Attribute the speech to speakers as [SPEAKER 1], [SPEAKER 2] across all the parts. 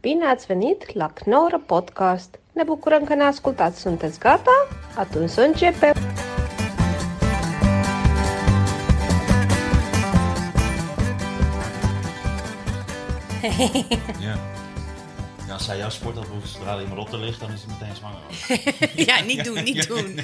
[SPEAKER 1] Bine ați venit la Knorr Podcast! Ne bucurăm că ne ascultați. Sunteți gata? Atunci să începem!
[SPEAKER 2] Ja. Ja, als zij jouw sport had, zodra er iemand op te ligt, dan is het meteen zwanger.
[SPEAKER 3] Ja, niet doen, niet doen.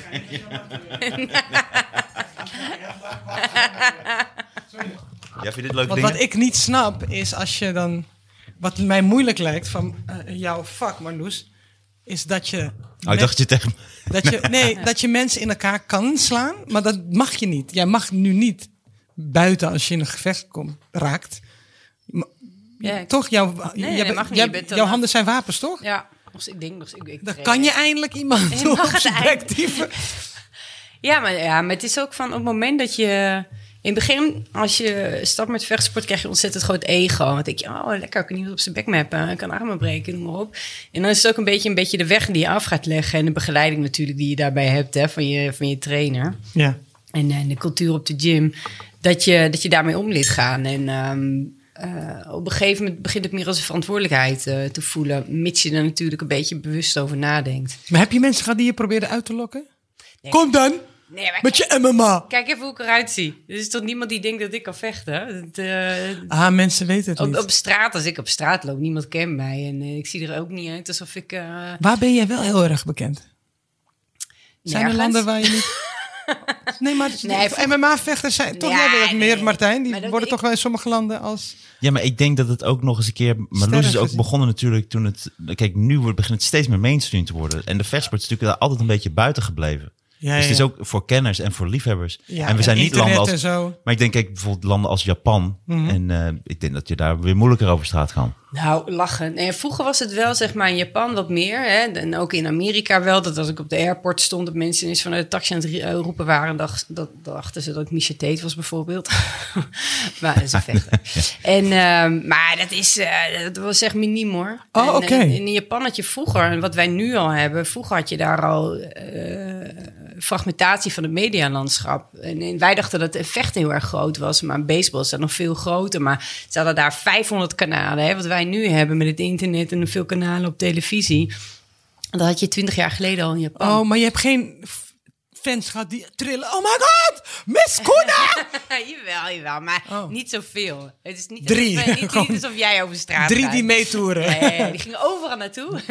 [SPEAKER 2] Ja, vind je dit leuk
[SPEAKER 4] Want
[SPEAKER 2] dingen?
[SPEAKER 4] wat ik niet snap is als je dan... Wat mij moeilijk lijkt van jouw vak, Marloes, is dat je...
[SPEAKER 2] Oh, ik dacht je tegen
[SPEAKER 4] dat je mensen in elkaar kan slaan, maar dat mag je niet. Jij mag nu niet buiten als je in een gevecht raakt.
[SPEAKER 3] Ja,
[SPEAKER 4] toch?
[SPEAKER 3] dat mag niet.
[SPEAKER 4] Jouw handen zijn wapens, toch?
[SPEAKER 3] Ja, ik denk.
[SPEAKER 4] Dan kan je eindelijk iemand op zijn bek dieven.
[SPEAKER 3] Ja, maar het is ook van op het moment dat je... In het begin, als je start met vechtsport, krijg je ontzettend groot ego. Dan denk je, oh lekker, kan iemand op zijn bek mappen, kan armen breken, noem maar op. En dan is het ook een beetje de weg die je af gaat leggen. En de begeleiding natuurlijk die je daarbij hebt, hè, van je trainer.
[SPEAKER 4] Ja.
[SPEAKER 3] En de cultuur op de gym. Dat je daarmee om liet gaan. En op een gegeven moment begint het meer als een verantwoordelijkheid te voelen. Mits je er natuurlijk een beetje bewust over nadenkt.
[SPEAKER 4] Maar heb je mensen gehad die je probeerde uit te lokken?
[SPEAKER 3] Nee.
[SPEAKER 4] Kom dan!
[SPEAKER 3] Nee,
[SPEAKER 4] met je MMA.
[SPEAKER 3] Kijk even hoe ik eruit zie. Er is toch niemand die denkt dat ik kan vechten?
[SPEAKER 4] Mensen weten het niet.
[SPEAKER 3] Op straat, als ik op straat loop, niemand kent mij. En ik zie er ook niet uit alsof ik...
[SPEAKER 4] Waar ben jij wel heel erg bekend? Zijn er landen waar je niet... Nee, maar MMA-vechters zijn... Toch, jij weet het meer, Martijn. Die worden toch wel in sommige landen als...
[SPEAKER 2] Ja, maar ik denk dat het ook nog eens een keer... Marloes is ook begonnen natuurlijk toen het... Kijk, nu begint het steeds meer mainstream te worden. En de vechtsport is natuurlijk daar altijd een beetje buiten gebleven.
[SPEAKER 4] Ja,
[SPEAKER 2] dus het is ook voor kenners en voor liefhebbers.
[SPEAKER 4] Ja,
[SPEAKER 2] en we zijn niet landen als...
[SPEAKER 4] Zo.
[SPEAKER 2] Maar ik denk, kijk, bijvoorbeeld landen als Japan. Mm-hmm. En ik denk dat je daar weer moeilijker over straat gaat.
[SPEAKER 3] Nou, lachen. Nee, vroeger was het wel, zeg maar, in Japan wat meer. Hè? En ook in Amerika wel. Dat als ik op de airport stond, dat mensen eens vanuit de taxi aan het roepen waren. Dachten ze dat ik Misha Tate was, bijvoorbeeld. Maar dat is een vechter. Ja. Maar dat was echt miniem, hoor.
[SPEAKER 4] Oh, oké.
[SPEAKER 3] En in Japan had je vroeger, en wat wij nu al hebben... Vroeger had je daar al... fragmentatie van het medialandschap. En wij dachten dat het vechten heel erg groot was, maar baseball is dat nog veel groter. Maar ze hadden daar 500 kanalen, hè, wat wij nu hebben met het internet en veel kanalen op televisie. Dat had je 20 jaar geleden al in Japan.
[SPEAKER 4] Oh, maar je hebt geen fans gehad die trillen. Oh my god, Miss Kuna!
[SPEAKER 3] jawel, maar niet zoveel. Het is niet
[SPEAKER 4] 3.
[SPEAKER 3] Niet alsof jij over straat
[SPEAKER 4] 3
[SPEAKER 3] gaat.
[SPEAKER 4] die meetoeren.
[SPEAKER 3] Nee, die gingen overal naartoe.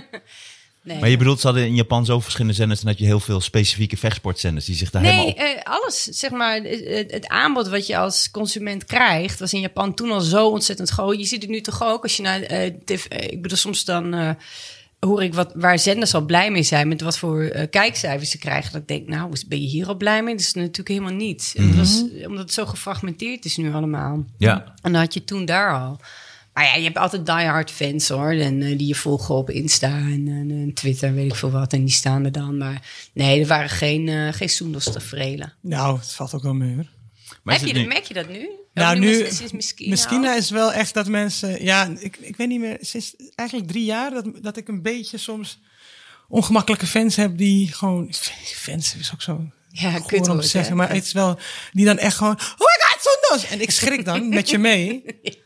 [SPEAKER 3] Nee.
[SPEAKER 2] Maar je bedoelt, ze hadden in Japan zo verschillende zenders... en had je heel veel specifieke vechtsportzenders die zich daar helemaal op...
[SPEAKER 3] Nee, alles, zeg maar, het aanbod wat je als consument krijgt... was in Japan toen al zo ontzettend groot. Je ziet het nu toch ook als je naar tv... Ik bedoel, soms dan hoor ik waar zenders al blij mee zijn... met wat voor kijkcijfers ze krijgen. Dat ik denk, nou, ben je hier al blij mee? Dat is natuurlijk helemaal niet. Mm-hmm. Omdat het zo gefragmenteerd is nu allemaal.
[SPEAKER 2] Ja.
[SPEAKER 3] En dat had je toen daar al... Maar ja, je hebt altijd diehard fans, hoor. En die je volgen op Insta en Twitter, weet ik veel wat. En die staan er dan. Maar nee, er waren geen soendels te vrelen.
[SPEAKER 4] Nou, het valt ook wel mee, hoor.
[SPEAKER 3] Merk je dat nu?
[SPEAKER 4] Nou,
[SPEAKER 3] nu sinds
[SPEAKER 4] Miskina is wel echt dat mensen... Ja, ik weet niet meer. Sinds eigenlijk 3 jaar dat ik een beetje soms ongemakkelijke fans heb die gewoon... Fans is ook zo...
[SPEAKER 3] Ja, kut om
[SPEAKER 4] te zeggen. Maar het is wel... Die dan echt gewoon... Oh my god, soendels! En ik schrik dan met je mee...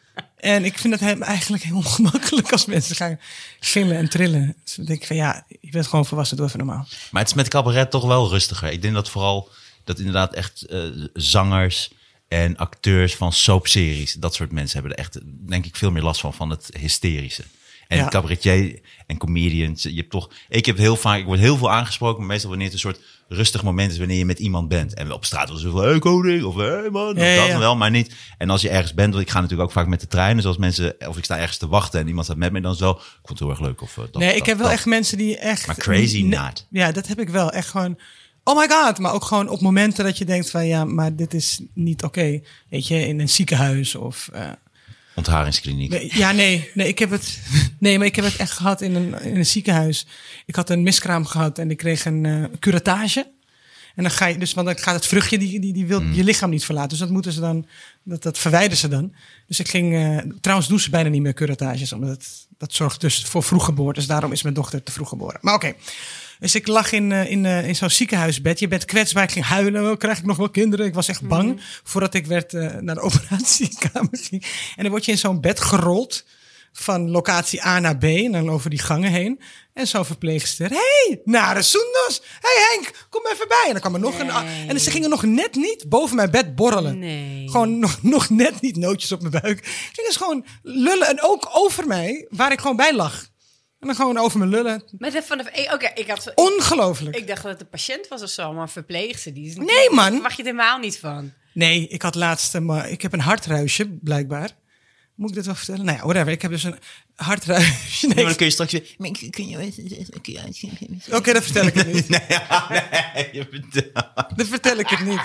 [SPEAKER 4] En ik vind het eigenlijk heel ongemakkelijk als mensen gaan gillen en trillen. Dus dan denk ik van ja, je bent gewoon volwassen, doe even normaal.
[SPEAKER 2] Maar het is met cabaret toch wel rustiger. Ik denk dat vooral dat inderdaad echt zangers en acteurs van soapseries... dat soort mensen hebben er echt, denk ik, veel meer last van het hysterische. En cabaretier en comedians, je hebt toch... Ik word heel veel aangesproken, maar meestal wanneer het een soort rustig moment is... wanneer je met iemand bent. En op straat was het van, hey koning, of hey man, dat wel, maar niet. En als je ergens bent, want ik ga natuurlijk ook vaak met de trein... dus als mensen, of ik sta ergens te wachten en iemand staat met me... dan zo, ik vond het heel erg leuk. Of,
[SPEAKER 4] ik heb wel echt mensen die echt...
[SPEAKER 2] Maar crazy not.
[SPEAKER 4] Ja, dat heb ik wel. Echt gewoon... Oh my god, maar ook gewoon op momenten dat je denkt van... ja, maar dit is niet oké. Weet je, in een ziekenhuis of...
[SPEAKER 2] Ontharingskliniek.
[SPEAKER 4] Ik heb het. Nee, maar ik heb het echt gehad in een ziekenhuis. Ik had een miskraam gehad en ik kreeg een curatage. En dan ga je dus, want dan gaat het vruchtje die wil je lichaam niet verlaten. Dus dat moeten ze dan, dat verwijderen ze dan. Dus ik ging. Trouwens doen ze bijna niet meer curatages, omdat dat zorgt dus voor vroeggeboortes. Daarom is mijn dochter te vroeg geboren. Maar oké. Dus ik lag in zo'n ziekenhuisbed. Je bent kwetsbaar. Ik ging huilen. Krijg ik nog wel kinderen? Ik was echt bang voordat ik naar de operatiekamer ging. En dan word je in zo'n bed gerold van locatie A naar B en dan over die gangen heen. En zo'n verpleegster, hey, Nare Soendos. Hey Henk, kom even bij. En dan kwam er nog en ze gingen nog net niet boven mijn bed borrelen.
[SPEAKER 3] Nee.
[SPEAKER 4] Gewoon nog net niet nootjes op mijn buik. Gingen ze gewoon lullen en ook over mij, waar ik gewoon bij lag. En dan gewoon over me lullen. Ongelooflijk.
[SPEAKER 3] Ik dacht dat het een patiënt was of zo, maar een verpleegster. Die
[SPEAKER 4] Nee, man.
[SPEAKER 3] Daar mag je het helemaal niet van.
[SPEAKER 4] Nee, ik had laatst, maar ik heb een hartruisje, blijkbaar. Moet ik dit wel vertellen? Nou ja, whatever. Ik heb dus een hartruisje.
[SPEAKER 2] Nee, maar dan kun je straks weer... Kun je...
[SPEAKER 4] Oké, dan vertel ik het niet.
[SPEAKER 2] Nee,
[SPEAKER 4] Dan vertel ik het niet.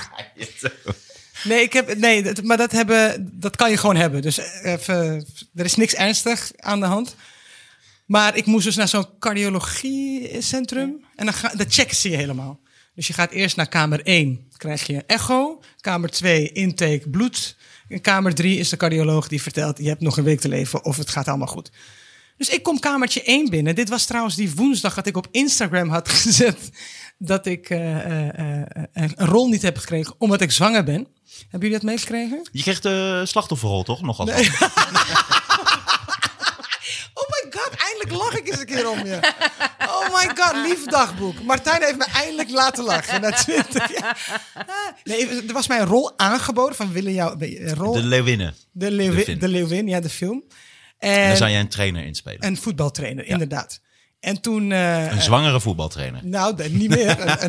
[SPEAKER 4] Nee, maar dat kan je gewoon hebben. Dus even, er is niks ernstig aan de hand. Maar ik moest dus naar zo'n cardiologiecentrum. En dan checken ze je helemaal. Dus je gaat eerst naar kamer 1. Krijg je echo. Kamer 2, intake bloed. En kamer 3 is de cardioloog die vertelt... je hebt nog een week te leven of het gaat allemaal goed. Dus ik kom kamertje 1 binnen. Dit was trouwens die woensdag dat ik op Instagram had gezet... dat ik een rol niet heb gekregen omdat ik zwanger ben. Hebben jullie dat meegekregen?
[SPEAKER 2] Je kreeg de slachtofferrol, toch? Nog als
[SPEAKER 4] Nee. Oh my god, eindelijk lach ik eens een keer om je. Oh my god, lief dagboek. Martijn heeft me eindelijk laten lachen. Na 20 jaar. Nee, er was mij een rol aangeboden van willen jou rol.
[SPEAKER 2] De Leeuwinnen.
[SPEAKER 4] De Leeuwin, ja, de film.
[SPEAKER 2] En daar zou jij een trainer in spelen.
[SPEAKER 4] Een voetbaltrainer, inderdaad. En toen...
[SPEAKER 2] een zwangere voetbaltrainer.
[SPEAKER 4] Nou, niet meer.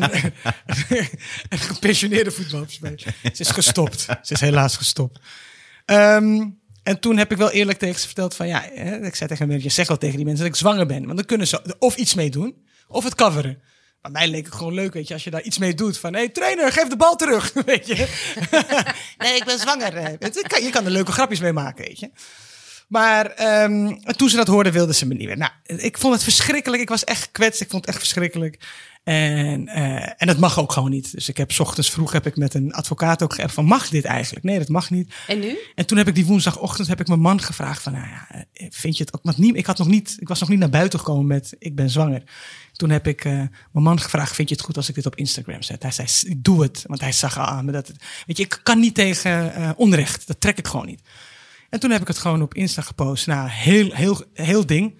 [SPEAKER 4] Een gepensioneerde voetbalspeler. Ze is gestopt. Ze is helaas gestopt. En toen heb ik wel eerlijk tegen ze verteld van... ja, ik zei tegen je zeg wel tegen die mensen dat ik zwanger ben. Want dan kunnen ze of iets mee doen, of het coveren. Maar mij leek het gewoon leuk, weet je, als je daar iets mee doet. Van, hey, trainer, geef de bal terug, weet je. Nee, ik ben zwanger. Je kan er leuke grapjes mee maken, weet je. Maar toen ze dat hoorden, wilden ze me niet meer. Nou, ik vond het verschrikkelijk. Ik was echt gekwetst. Ik vond het echt verschrikkelijk. En dat mag ook gewoon niet. Dus ik heb 's ochtends vroeg met een advocaat ook geappt van, mag dit eigenlijk? Nee, dat mag niet.
[SPEAKER 3] En nu?
[SPEAKER 4] En toen heb ik die woensdagochtend mijn man gevraagd van, nou ja, vind je het ook? Want ik was nog niet naar buiten gekomen met, ik ben zwanger. Toen heb ik mijn man gevraagd, vind je het goed als ik dit op Instagram zet? Hij zei, doe het. Want hij zag al aan me dat, weet je, ik kan niet tegen onrecht. Dat trek ik gewoon niet. En toen heb ik het gewoon op Insta gepost. Nou, heel ding.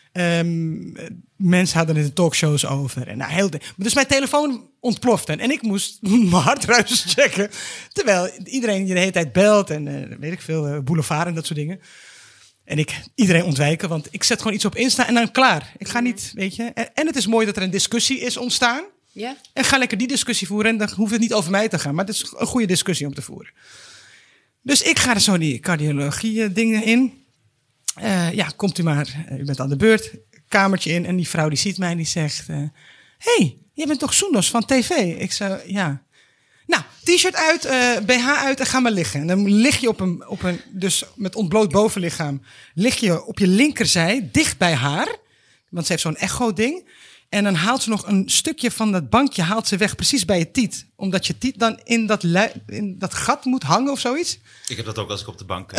[SPEAKER 4] Mensen hadden er de talkshows over. En nou, heel ding. Dus mijn telefoon ontplofte. En ik moest mijn hartruis checken. Terwijl iedereen je de hele tijd belt. En weet ik veel, boulevard en dat soort dingen. En iedereen ontwijken. Want ik zet gewoon iets op Insta en dan klaar. Ik ga niet, weet je. En het is mooi dat er een discussie is ontstaan.
[SPEAKER 3] Ja.
[SPEAKER 4] En ga lekker die discussie voeren. En dan hoeft het niet over mij te gaan. Maar het is een goede discussie om te voeren. Dus ik ga er zo die cardiologie dingen in. Ja, komt u maar. U bent aan de beurt. Kamertje in. En die vrouw die ziet mij en die zegt... hey, jij bent toch Soendos van tv? Ik zei, ja. Nou, t-shirt uit, BH uit en ga maar liggen. En dan lig je op een dus met ontbloot bovenlichaam... lig je op je linkerzij, dicht bij haar. Want ze heeft zo'n echo-ding... En dan haalt ze nog een stukje van dat bankje haalt ze weg, precies bij je tiet. Omdat je tiet dan in dat gat moet hangen of zoiets.
[SPEAKER 2] Ik heb dat ook als ik op de bank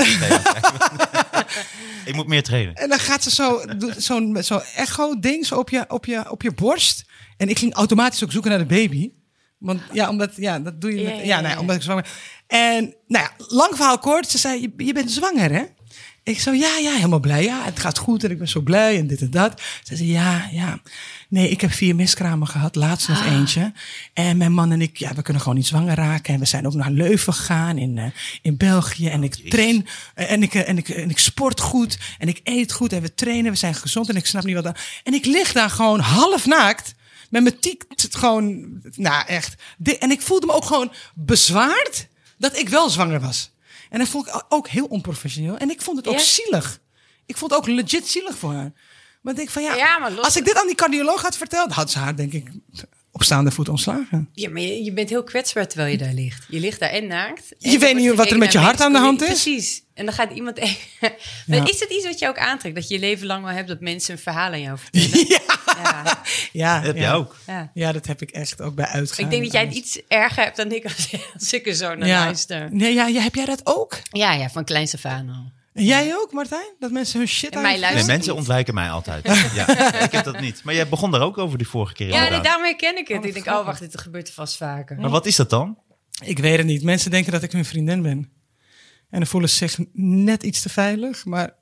[SPEAKER 2] Ik moet meer trainen.
[SPEAKER 4] En dan gaat ze zo'n echo-ding zo op je borst. En ik ging automatisch ook zoeken naar de baby. Want dat doe je omdat ik zwanger ben. En nou ja, lang verhaal kort. Ze zei, je bent zwanger, hè? Ik zo, ja, helemaal blij. Ja, het gaat goed en ik ben zo blij en dit en dat. Ze zei, ja. Nee, ik heb 4 miskramen gehad, laatst nog eentje. En mijn man en ik, we kunnen gewoon niet zwanger raken. En we zijn ook naar Leuven gegaan in België. En ik train en ik sport goed. En ik eet goed en we trainen, we zijn gezond. En ik snap niet wat dan. En ik lig daar gewoon half naakt. Met mijn tiek gewoon, nou echt. En ik voelde me ook gewoon bezwaard dat ik wel zwanger was. En dat vond ik ook heel onprofessioneel. En ik vond het ook zielig. Ik vond het ook legit zielig voor haar. Maar ik denk van maar als ik dit aan die cardioloog had verteld... had ze haar denk ik op staande voet ontslagen.
[SPEAKER 3] Ja, maar je bent heel kwetsbaar terwijl je daar ligt. Je ligt daar en naakt.
[SPEAKER 4] Je weet niet wat er met je hart aan de hand is.
[SPEAKER 3] Precies. En dan gaat iemand... Maar is het iets wat je ook aantrekt? Dat je je leven lang wel hebt dat mensen een verhaal aan jou vertellen?
[SPEAKER 4] Ja,
[SPEAKER 2] dat heb je ook.
[SPEAKER 4] Ja, dat heb ik echt ook bij uitgaan.
[SPEAKER 3] Ik denk dat jij het iets erger hebt dan ik als ik er zo naar luister.
[SPEAKER 4] Nee, heb jij dat ook?
[SPEAKER 3] Ja, van kleins af aan al.
[SPEAKER 4] En jij ook, Martijn? Dat mensen hun shit aan
[SPEAKER 2] Nee, mensen ontwijken mij altijd. Ja, ik heb dat niet. Maar jij begon daar ook over die vorige keer.
[SPEAKER 3] Ja, daarom herken ik het. Ik denk, wacht, dit gebeurt er vast vaker.
[SPEAKER 2] Maar wat is dat dan?
[SPEAKER 4] Ik weet het niet. Mensen denken dat ik hun vriendin ben. En dan voelen ze zich net iets te veilig. Maar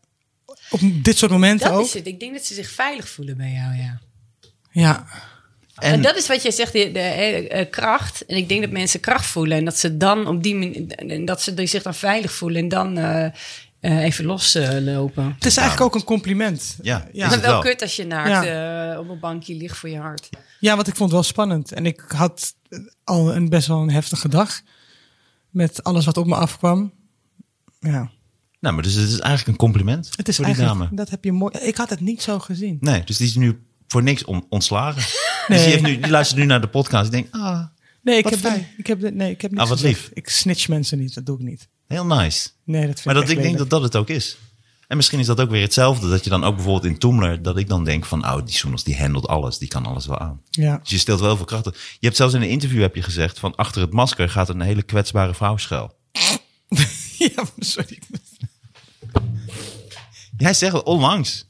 [SPEAKER 4] op dit soort momenten
[SPEAKER 3] Dat
[SPEAKER 4] ook.
[SPEAKER 3] is het. Ik denk dat ze zich veilig voelen bij jou, ja.
[SPEAKER 4] Ja.
[SPEAKER 3] En dat is wat jij zegt, de kracht. En ik denk dat mensen kracht voelen. En dat ze dan op die manier, dat ze zich dan veilig voelen. En dan even loslopen.
[SPEAKER 4] Het is eigenlijk ook een compliment.
[SPEAKER 2] Ja, is
[SPEAKER 3] Maar
[SPEAKER 2] het
[SPEAKER 3] wel
[SPEAKER 2] wel.
[SPEAKER 3] kut als je naakt op een bankje ligt voor je hart.
[SPEAKER 4] Ja, want ik vond het wel spannend. En ik had al best wel een heftige dag. Met alles wat op me afkwam. Ja.
[SPEAKER 2] Nou, maar dus het is eigenlijk een compliment
[SPEAKER 4] Het is
[SPEAKER 2] voor die
[SPEAKER 4] eigenlijk,
[SPEAKER 2] dame.
[SPEAKER 4] dat heb je mooi. Ik had het niet zo gezien.
[SPEAKER 2] Nee, dus die is nu voor niks ontslagen.
[SPEAKER 4] Nee.
[SPEAKER 2] Dus die luistert nu naar de podcast. Die denkt,
[SPEAKER 4] Nee, ik
[SPEAKER 2] Wat
[SPEAKER 4] heb,
[SPEAKER 2] fijn.
[SPEAKER 4] ik heb niks
[SPEAKER 2] wat
[SPEAKER 4] gezegd.
[SPEAKER 2] lief.
[SPEAKER 4] Ik snitch mensen niet, dat doe ik niet.
[SPEAKER 2] heel nice.
[SPEAKER 4] Nee, dat vind
[SPEAKER 2] Maar
[SPEAKER 4] ik
[SPEAKER 2] dat,
[SPEAKER 4] echt
[SPEAKER 2] ik denk
[SPEAKER 4] lelijk.
[SPEAKER 2] dat het ook is. En misschien is dat ook weer hetzelfde. Dat je dan ook bijvoorbeeld in Toemler, dat ik dan denk van, die Soenels die handelt alles. Die kan alles wel aan.
[SPEAKER 4] Ja.
[SPEAKER 2] Dus je stelt wel heel veel krachten. Je hebt zelfs in een interview heb je gezegd van, achter het masker gaat een hele kwetsbare vrouw schuil.
[SPEAKER 4] Ja, sorry.
[SPEAKER 2] Jij zegt het onlangs.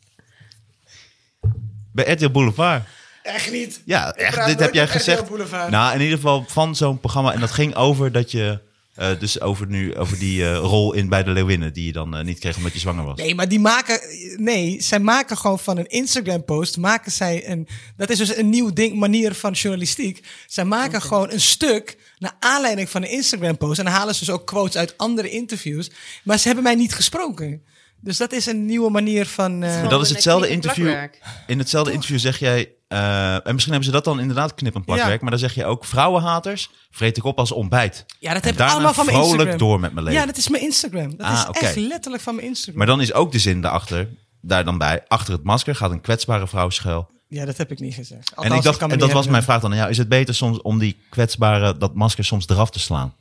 [SPEAKER 2] Bij RTL Boulevard.
[SPEAKER 4] Echt niet.
[SPEAKER 2] Ja,
[SPEAKER 4] praat
[SPEAKER 2] echt. Dit
[SPEAKER 4] nooit
[SPEAKER 2] heb jij
[SPEAKER 4] met RTL
[SPEAKER 2] gezegd.
[SPEAKER 4] Boulevard.
[SPEAKER 2] Nou, in ieder geval van zo'n programma. En dat ging over dat je, dus over die rol bij de Leeuwinnen, die je dan niet kreeg omdat je zwanger was.
[SPEAKER 4] Nee, maar zij maken gewoon van een Instagram-post, dat is dus een nieuw manier van journalistiek. Zij maken gewoon een stuk naar aanleiding van een Instagram-post. En dan halen ze dus ook quotes uit andere interviews. Maar ze hebben mij niet gesproken. Dus dat is een nieuwe manier van...
[SPEAKER 2] Maar dat is
[SPEAKER 3] een
[SPEAKER 2] hetzelfde
[SPEAKER 3] knip- en
[SPEAKER 2] interview.
[SPEAKER 3] plakwerk.
[SPEAKER 2] In hetzelfde interview zeg jij, en misschien hebben ze dat dan inderdaad knip- en plakwerk,
[SPEAKER 4] Ja.
[SPEAKER 2] maar dan zeg je ook, vrouwenhaters vreet ik op als ontbijt.
[SPEAKER 4] Ja, dat
[SPEAKER 2] En
[SPEAKER 4] heb ik
[SPEAKER 2] daarna
[SPEAKER 4] allemaal van mijn
[SPEAKER 2] vrolijk
[SPEAKER 4] Instagram.
[SPEAKER 2] door met mijn leven.
[SPEAKER 4] Ja, dat is mijn Instagram. Dat is
[SPEAKER 2] oké.
[SPEAKER 4] echt letterlijk van mijn Instagram.
[SPEAKER 2] Maar dan is ook de zin daar dan bij, achter het masker gaat een kwetsbare vrouw schuil.
[SPEAKER 4] Ja, dat heb ik niet gezegd.
[SPEAKER 2] En
[SPEAKER 4] Althans,
[SPEAKER 2] ik dacht,
[SPEAKER 4] kan me
[SPEAKER 2] en
[SPEAKER 4] niet
[SPEAKER 2] dat was mijn
[SPEAKER 4] herinneren.
[SPEAKER 2] vraag dan, ja, is het beter soms om die kwetsbare, dat masker soms eraf te slaan?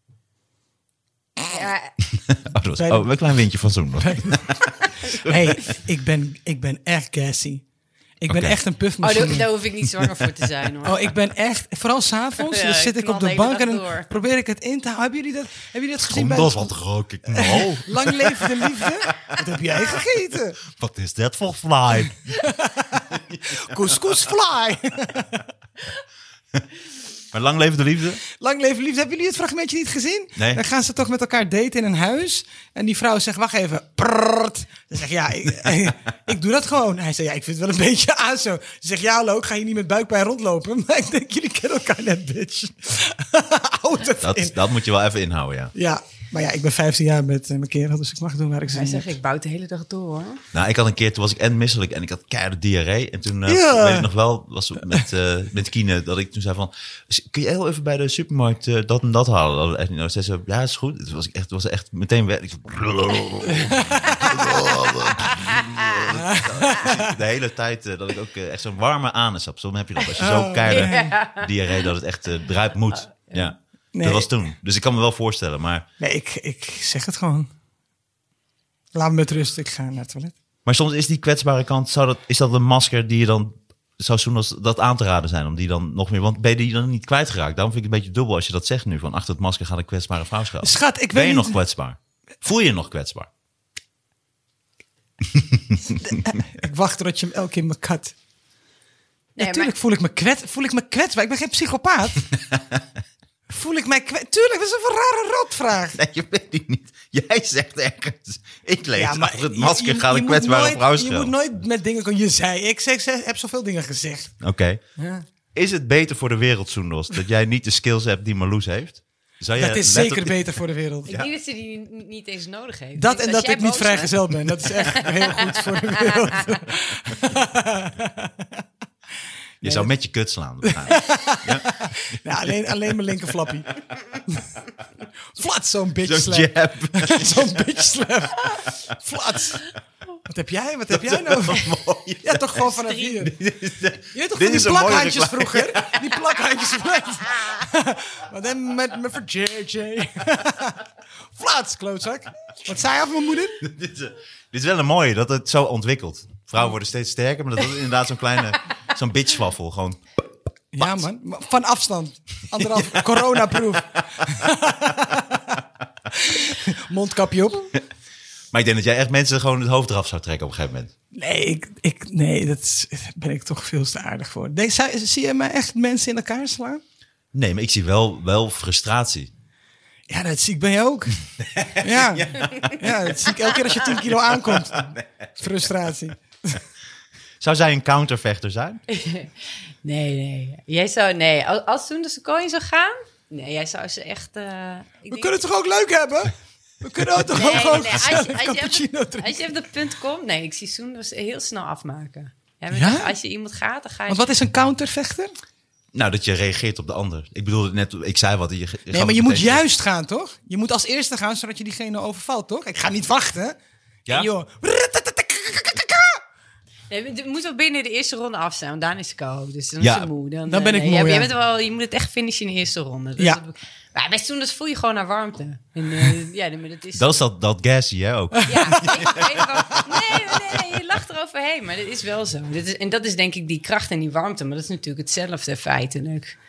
[SPEAKER 3] Ja,
[SPEAKER 2] Dat was een klein windje van zoen.
[SPEAKER 4] Hey, ik ben echt gassy. Ik ben
[SPEAKER 2] Oké.
[SPEAKER 4] echt een puffmachine.
[SPEAKER 3] daar hoef ik niet zwanger voor te zijn, hoor.
[SPEAKER 4] Oh, ik ben echt, vooral s'avonds,
[SPEAKER 3] Ja,
[SPEAKER 4] dan
[SPEAKER 3] ik
[SPEAKER 4] zit ik
[SPEAKER 3] knal
[SPEAKER 4] op
[SPEAKER 3] de
[SPEAKER 4] de
[SPEAKER 3] hele
[SPEAKER 4] bank
[SPEAKER 3] dag
[SPEAKER 4] en
[SPEAKER 3] door.
[SPEAKER 4] dan probeer ik het in te houden. Hebben jullie dat gezien bij
[SPEAKER 2] rook ik nou?
[SPEAKER 4] Lang Leven de Liefde? Wat heb jij gegeten?
[SPEAKER 2] Wat is dat voor fly?
[SPEAKER 4] Couscous fly.
[SPEAKER 2] Maar lang leven de liefde?
[SPEAKER 4] Lang Leven de Liefde. Hebben jullie het fragmentje niet gezien?
[SPEAKER 2] Nee.
[SPEAKER 4] Dan gaan ze toch met elkaar daten in een huis. En die vrouw zegt, wacht even. Prrrt. Dan zeg ja, ik doe dat gewoon. Hij zegt, ja, ik vind het wel een beetje aan zo. Ze zegt, ja, hallo, ik ga hier niet met buikpijn rondlopen. Maar ik denk, jullie kennen elkaar net, bitch. Houd het in.
[SPEAKER 2] Dat moet je wel even inhouden, ja.
[SPEAKER 4] Ja, maar ja, ik ben 15 jaar met mijn kerel, dus ik mag doen waar ik zin
[SPEAKER 3] Hij
[SPEAKER 4] in heb.
[SPEAKER 3] zegt, ik bouw de hele dag door, hoor.
[SPEAKER 2] Nou, ik had een keer, toen was ik misselijk en ik had keiharde diarree. En toen,
[SPEAKER 4] Ja.
[SPEAKER 2] weet ik nog wel, was met Kine, dat ik toen zei van, kun je heel even bij de supermarkt dat en dat halen? Dat echt niet. Nou, zei ze, ja, is goed. Het was echt meteen weg. Ik de hele tijd dat ik ook echt zo'n warme anus heb. Soms heb je dat als je zo keiharde diarree dat het echt eruit moet. Ja,
[SPEAKER 4] Nee.
[SPEAKER 2] dat was toen. Dus ik kan me wel voorstellen, maar...
[SPEAKER 4] Nee, ik zeg het gewoon. Laat me met rust, ik ga naar het toilet.
[SPEAKER 2] Maar soms is die kwetsbare kant, is dat een masker die je dan zou doen als dat aan te raden zijn? Om die dan nog meer, want ben je die dan niet kwijtgeraakt? Daarom vind ik het een beetje dubbel als je dat zegt nu. Van achter het masker gaat een kwetsbare vrouw schuilen.
[SPEAKER 4] Schat, ik
[SPEAKER 2] Ben
[SPEAKER 4] weet
[SPEAKER 2] je
[SPEAKER 4] niet...
[SPEAKER 2] nog kwetsbaar? Voel je je nog kwetsbaar?
[SPEAKER 4] Ik wacht tot je hem elke keer me kat.
[SPEAKER 3] Nee,
[SPEAKER 4] Natuurlijk voel ik me kwetsbaar. Ik ben geen psychopaat. Voel ik mij kwetsbaar? Tuurlijk, dat is een rare rotvraag.
[SPEAKER 2] Nee, je weet die niet. Jij zegt ergens. Ik lees achter het
[SPEAKER 4] je-
[SPEAKER 2] masker
[SPEAKER 4] je-
[SPEAKER 2] gaat
[SPEAKER 4] je
[SPEAKER 2] een
[SPEAKER 4] moet
[SPEAKER 2] kwetsbare
[SPEAKER 4] nooit-
[SPEAKER 2] vrouw
[SPEAKER 4] Je
[SPEAKER 2] schuilen.
[SPEAKER 4] moet nooit met dingen komen. Je zei, ik heb zoveel dingen gezegd.
[SPEAKER 2] Oké.
[SPEAKER 4] Ja.
[SPEAKER 2] Is het beter voor de wereld, Soendos, dat jij niet de skills hebt die Marloes heeft? Zou jij
[SPEAKER 4] Dat is zeker beter voor de wereld.
[SPEAKER 3] Ik denk dat ze die niet eens nodig heeft.
[SPEAKER 4] Dat
[SPEAKER 3] Dus
[SPEAKER 4] en
[SPEAKER 3] als
[SPEAKER 4] dat
[SPEAKER 3] jij
[SPEAKER 4] ik niet
[SPEAKER 3] boos
[SPEAKER 4] vrijgezel ben. Dat is echt heel goed voor de wereld.
[SPEAKER 2] Je zou met je kut slaan.
[SPEAKER 4] Nou, alleen mijn linkerflappie. Flat, zo'n bitch
[SPEAKER 2] Zo'n
[SPEAKER 4] slap.
[SPEAKER 2] jab.
[SPEAKER 4] Zo'n bitch slap. Flat. Wat heb jij nou?
[SPEAKER 2] Mooi.
[SPEAKER 4] Ja, toch gewoon vanaf hier. Je weet toch
[SPEAKER 2] Dit
[SPEAKER 4] van
[SPEAKER 2] is
[SPEAKER 4] die
[SPEAKER 2] een mooie
[SPEAKER 4] plakhandjes
[SPEAKER 2] reclame.
[SPEAKER 4] vroeger? Die plakhandjes flat. Maar dan met voor JJ. Flat, klootzak. Wat zei je af mijn moeder?
[SPEAKER 2] Dit is wel een mooie, dat het zo ontwikkelt. Vrouwen worden steeds sterker, maar dat is inderdaad zo'n kleine, zo'n bitchwaffel. Gewoon,
[SPEAKER 4] Ja, man. Maar van afstand. Anderhalf coronaproof. Mondkapje op.
[SPEAKER 2] maar ik denk dat jij echt mensen gewoon het hoofd eraf zou trekken op een gegeven moment.
[SPEAKER 4] Nee, ben ik toch veel te aardig voor. Zie je mij echt mensen in elkaar slaan?
[SPEAKER 2] Nee, maar ik zie wel frustratie.
[SPEAKER 4] Ja, dat zie ik bij je ook. Ja, dat zie ik elke keer als je 10 kilo aankomt. Frustratie.
[SPEAKER 2] Zou zij een countervechter zijn?
[SPEAKER 3] Nee. Jij zou... Nee, als toen de Sequoia zou gaan... Nee, jij zou ze echt...
[SPEAKER 4] We kunnen het toch ook leuk hebben? We kunnen het toch ook gewoon gezellig cappuccino drinken?
[SPEAKER 3] Als je op dat punt komt... Nee, ik zie Soen dus heel snel afmaken.
[SPEAKER 4] Ja?
[SPEAKER 3] Als je iemand gaat, dan ga je...
[SPEAKER 4] Want wat is een countervechter?
[SPEAKER 2] Nou, dat je reageert op de ander. Ik bedoel, net, ik zei wat.
[SPEAKER 4] Nee, maar je moet juist gaan, toch? Je moet als eerste gaan, zodat je diegene overvalt, toch? Ik ga niet wachten.
[SPEAKER 2] Ja?
[SPEAKER 4] En joh...
[SPEAKER 3] Nee, we moeten wel binnen de eerste ronde af zijn, want daarna is Ko. Dus dan
[SPEAKER 2] Ja.
[SPEAKER 3] is je moe.
[SPEAKER 4] Dan ben ik moe,
[SPEAKER 3] Je,
[SPEAKER 4] ja.
[SPEAKER 3] bent wel, je moet het echt finishen in de eerste ronde. Dus
[SPEAKER 4] Ja.
[SPEAKER 3] Maar bij Soen, voel je gewoon naar warmte. En, maar dat is...
[SPEAKER 2] Dat is dat gassy, hè, ook.
[SPEAKER 3] Ja, ik weet wel. Nee, je lacht eroverheen. Maar dat is wel zo. En dat is denk ik die kracht en die warmte. Maar dat is natuurlijk hetzelfde feitelijk.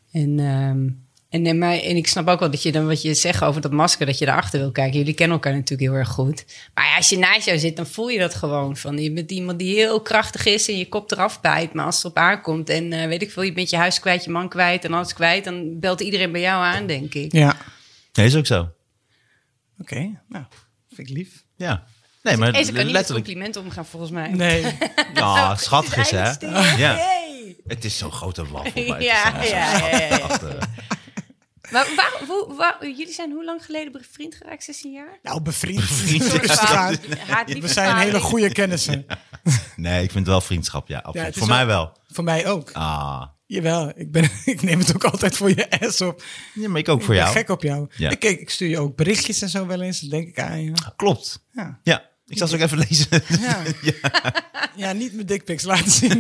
[SPEAKER 3] En ik snap ook wel dat je dan wat je zegt over dat masker, dat je daarachter wil kijken. Jullie kennen elkaar natuurlijk heel erg goed. Maar ja, als je naast jou zit, dan voel je dat gewoon. Van, je bent iemand die heel krachtig is en je kop eraf bijt. Maar als het erop aankomt en weet ik veel, je bent je huis kwijt, je man kwijt en alles kwijt, dan belt iedereen bij jou aan, denk ik.
[SPEAKER 4] Ja.
[SPEAKER 2] Nee, is ook zo.
[SPEAKER 4] Oké, nou, vind ik lief.
[SPEAKER 2] Ja. Nee, maar
[SPEAKER 3] Ze kan niet met
[SPEAKER 2] letterlijk.
[SPEAKER 3] complimenten omgaan, volgens mij.
[SPEAKER 4] Nee.
[SPEAKER 2] Ja, schattig is, hè?
[SPEAKER 3] Het is
[SPEAKER 2] Ja.
[SPEAKER 3] nee.
[SPEAKER 2] Het is zo'n grote wafel. Maar
[SPEAKER 3] Ja.
[SPEAKER 2] Achter.
[SPEAKER 3] Maar jullie zijn hoe lang geleden bevriend geraakt? 16 jaar?
[SPEAKER 4] Nou, bevriend.
[SPEAKER 3] We
[SPEAKER 4] We zijn hele goede kennissen.
[SPEAKER 2] Nee, ik vind het wel vriendschap, ja. Absoluut.
[SPEAKER 4] Ja, het is
[SPEAKER 2] Voor mij wel.
[SPEAKER 4] Voor mij ook.
[SPEAKER 2] Ah.
[SPEAKER 4] Jawel, ik neem het ook altijd voor je ass op.
[SPEAKER 2] Ja, maar ik ook voor
[SPEAKER 4] Ik ben
[SPEAKER 2] jou.
[SPEAKER 4] gek op jou.
[SPEAKER 2] Ja.
[SPEAKER 4] Ik stuur je ook berichtjes en zo wel eens. Dan denk ik aan je.
[SPEAKER 2] Klopt.
[SPEAKER 4] Ja.
[SPEAKER 2] Ja, ik zal ze ook even lezen.
[SPEAKER 4] Ja, niet mijn dickpics laten zien.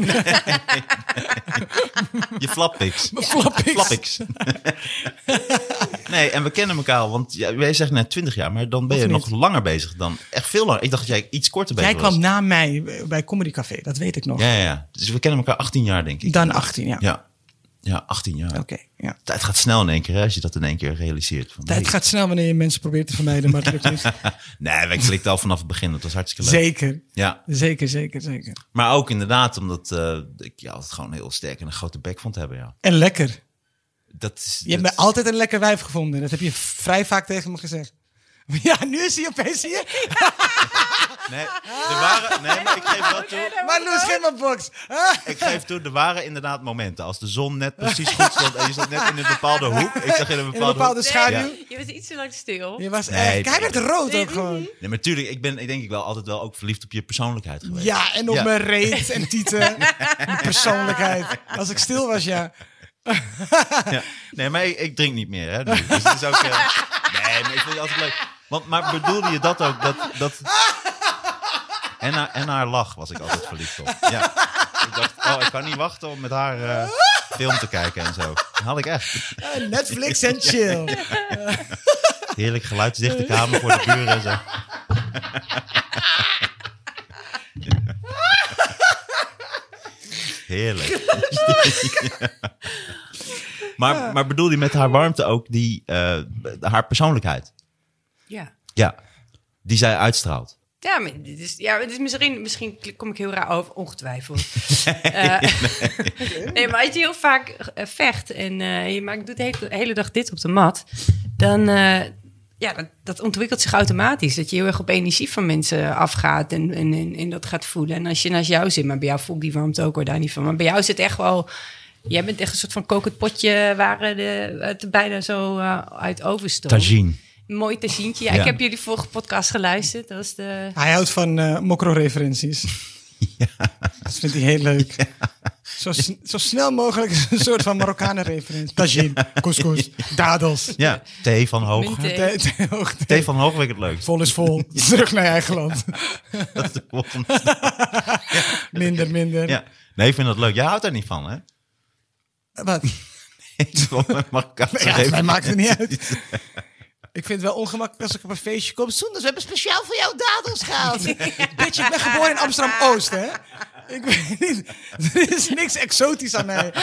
[SPEAKER 2] Je flappiks.
[SPEAKER 4] Mijn flappics.
[SPEAKER 2] Flappiks. Nee, en we kennen elkaar al, want jij zegt net 20 jaar, maar dan ben je
[SPEAKER 4] Of
[SPEAKER 2] nog
[SPEAKER 4] niet?
[SPEAKER 2] langer bezig dan, echt veel langer. Ik dacht dat jij iets korter bezig
[SPEAKER 4] Jij
[SPEAKER 2] was.
[SPEAKER 4] kwam na mij bij Comedy Café, dat weet ik nog.
[SPEAKER 2] Ja. Dus we kennen elkaar 18 jaar, denk ik.
[SPEAKER 4] Dan 18, ja.
[SPEAKER 2] Ja, 18 jaar.
[SPEAKER 4] Oké, ja.
[SPEAKER 2] Tijd gaat snel in één keer, hè, als je dat in één keer realiseert. Van,
[SPEAKER 4] Tijd
[SPEAKER 2] hey.
[SPEAKER 4] gaat snel wanneer je mensen probeert te vermijden, maar het lukt niet.
[SPEAKER 2] Nee, wij klikten al vanaf het begin. Dat was hartstikke leuk.
[SPEAKER 4] Zeker.
[SPEAKER 2] Ja,
[SPEAKER 4] Zeker.
[SPEAKER 2] maar ook inderdaad omdat ik altijd gewoon heel sterk en een grote bek vond hebben. Ja.
[SPEAKER 4] En lekker.
[SPEAKER 2] Dat is,
[SPEAKER 4] Je hebt me altijd een lekker wijf gevonden. Dat heb je vrij vaak tegen me gezegd. Ja, nu is hij opeens hier.
[SPEAKER 2] Nee, maar ik geef wel toe.
[SPEAKER 4] Maar Loes, geef me een box.
[SPEAKER 2] Ik geef toe, er waren inderdaad momenten. Als de zon net precies goed stond en je zat net in een bepaalde hoek. Ik zag in een bepaalde hoek.
[SPEAKER 4] schaduw.
[SPEAKER 2] Ja.
[SPEAKER 3] Je was iets te lang stil.
[SPEAKER 4] Je was
[SPEAKER 2] Nee,
[SPEAKER 4] echt... Hij werd rood ook gewoon.
[SPEAKER 2] Nee, maar natuurlijk, ik denk ik wel altijd wel ook verliefd op je persoonlijkheid geweest.
[SPEAKER 4] Ja, en op
[SPEAKER 2] Ja.
[SPEAKER 4] mijn reet en tieten. Mijn persoonlijkheid. Als ik stil was, ja.
[SPEAKER 2] Ja. Nee, maar ik drink niet meer, hè. Nu. Dus het is ook... nee, maar ik vind het altijd leuk. Maar bedoelde je dat ook? Dat... En haar lach was ik altijd verliefd op. Ja. Ik dacht, ik kan niet wachten om met haar film te kijken en zo. Dat had ik echt.
[SPEAKER 4] Netflix en chill.
[SPEAKER 2] Heerlijk geluidsdichte kamer voor de buren en zo. Heerlijk. Maar bedoel je met haar warmte ook haar persoonlijkheid?
[SPEAKER 3] Ja.
[SPEAKER 2] Ja, die zij uitstraalt.
[SPEAKER 3] Ja, maar dit is misschien kom ik heel raar over, ongetwijfeld. Nee, maar als je heel vaak vecht en je doet de hele dag dit op de mat, dan dat ontwikkelt zich automatisch. Dat je heel erg op energie van mensen afgaat en dat gaat voelen. En als je naast jou zit, maar bij jou voel ik die warmte ook hoor, daar niet van. Maar bij jou zit echt wel... Jij bent echt een soort van kokend potje waar het bijna zo uit overstroomt.
[SPEAKER 2] Tagine.
[SPEAKER 3] Een mooi tagientje. Ja,
[SPEAKER 2] Ja.
[SPEAKER 3] Ik heb jullie vorige podcast geluisterd. Dat was de...
[SPEAKER 4] Hij houdt van mokro-referenties. Ja. Dat vindt hij heel leuk. Zo snel mogelijk een soort van Marokkanen-referentie. Tagine, couscous, dadels.
[SPEAKER 2] Ja, thee van Hoog.
[SPEAKER 3] Mint,
[SPEAKER 2] Thee van Hoog vind ik het leukst.
[SPEAKER 4] Vol is vol. Terug naar je eigen land.
[SPEAKER 2] Dat is de volgende.
[SPEAKER 4] Minder.
[SPEAKER 2] Ja. Nee, ik vind dat leuk. Jij houdt daar niet van, hè?
[SPEAKER 4] Wat?
[SPEAKER 2] Ja,
[SPEAKER 4] mij maakt het niet uit. Ik vind het wel ongemakkelijk als ik op een feestje kom. Soenders, we hebben speciaal voor jou dadels gehaald. Bitch, ik ben geboren in Amsterdam-Oost, hè? Ik weet niet. Er is niks exotisch aan mij.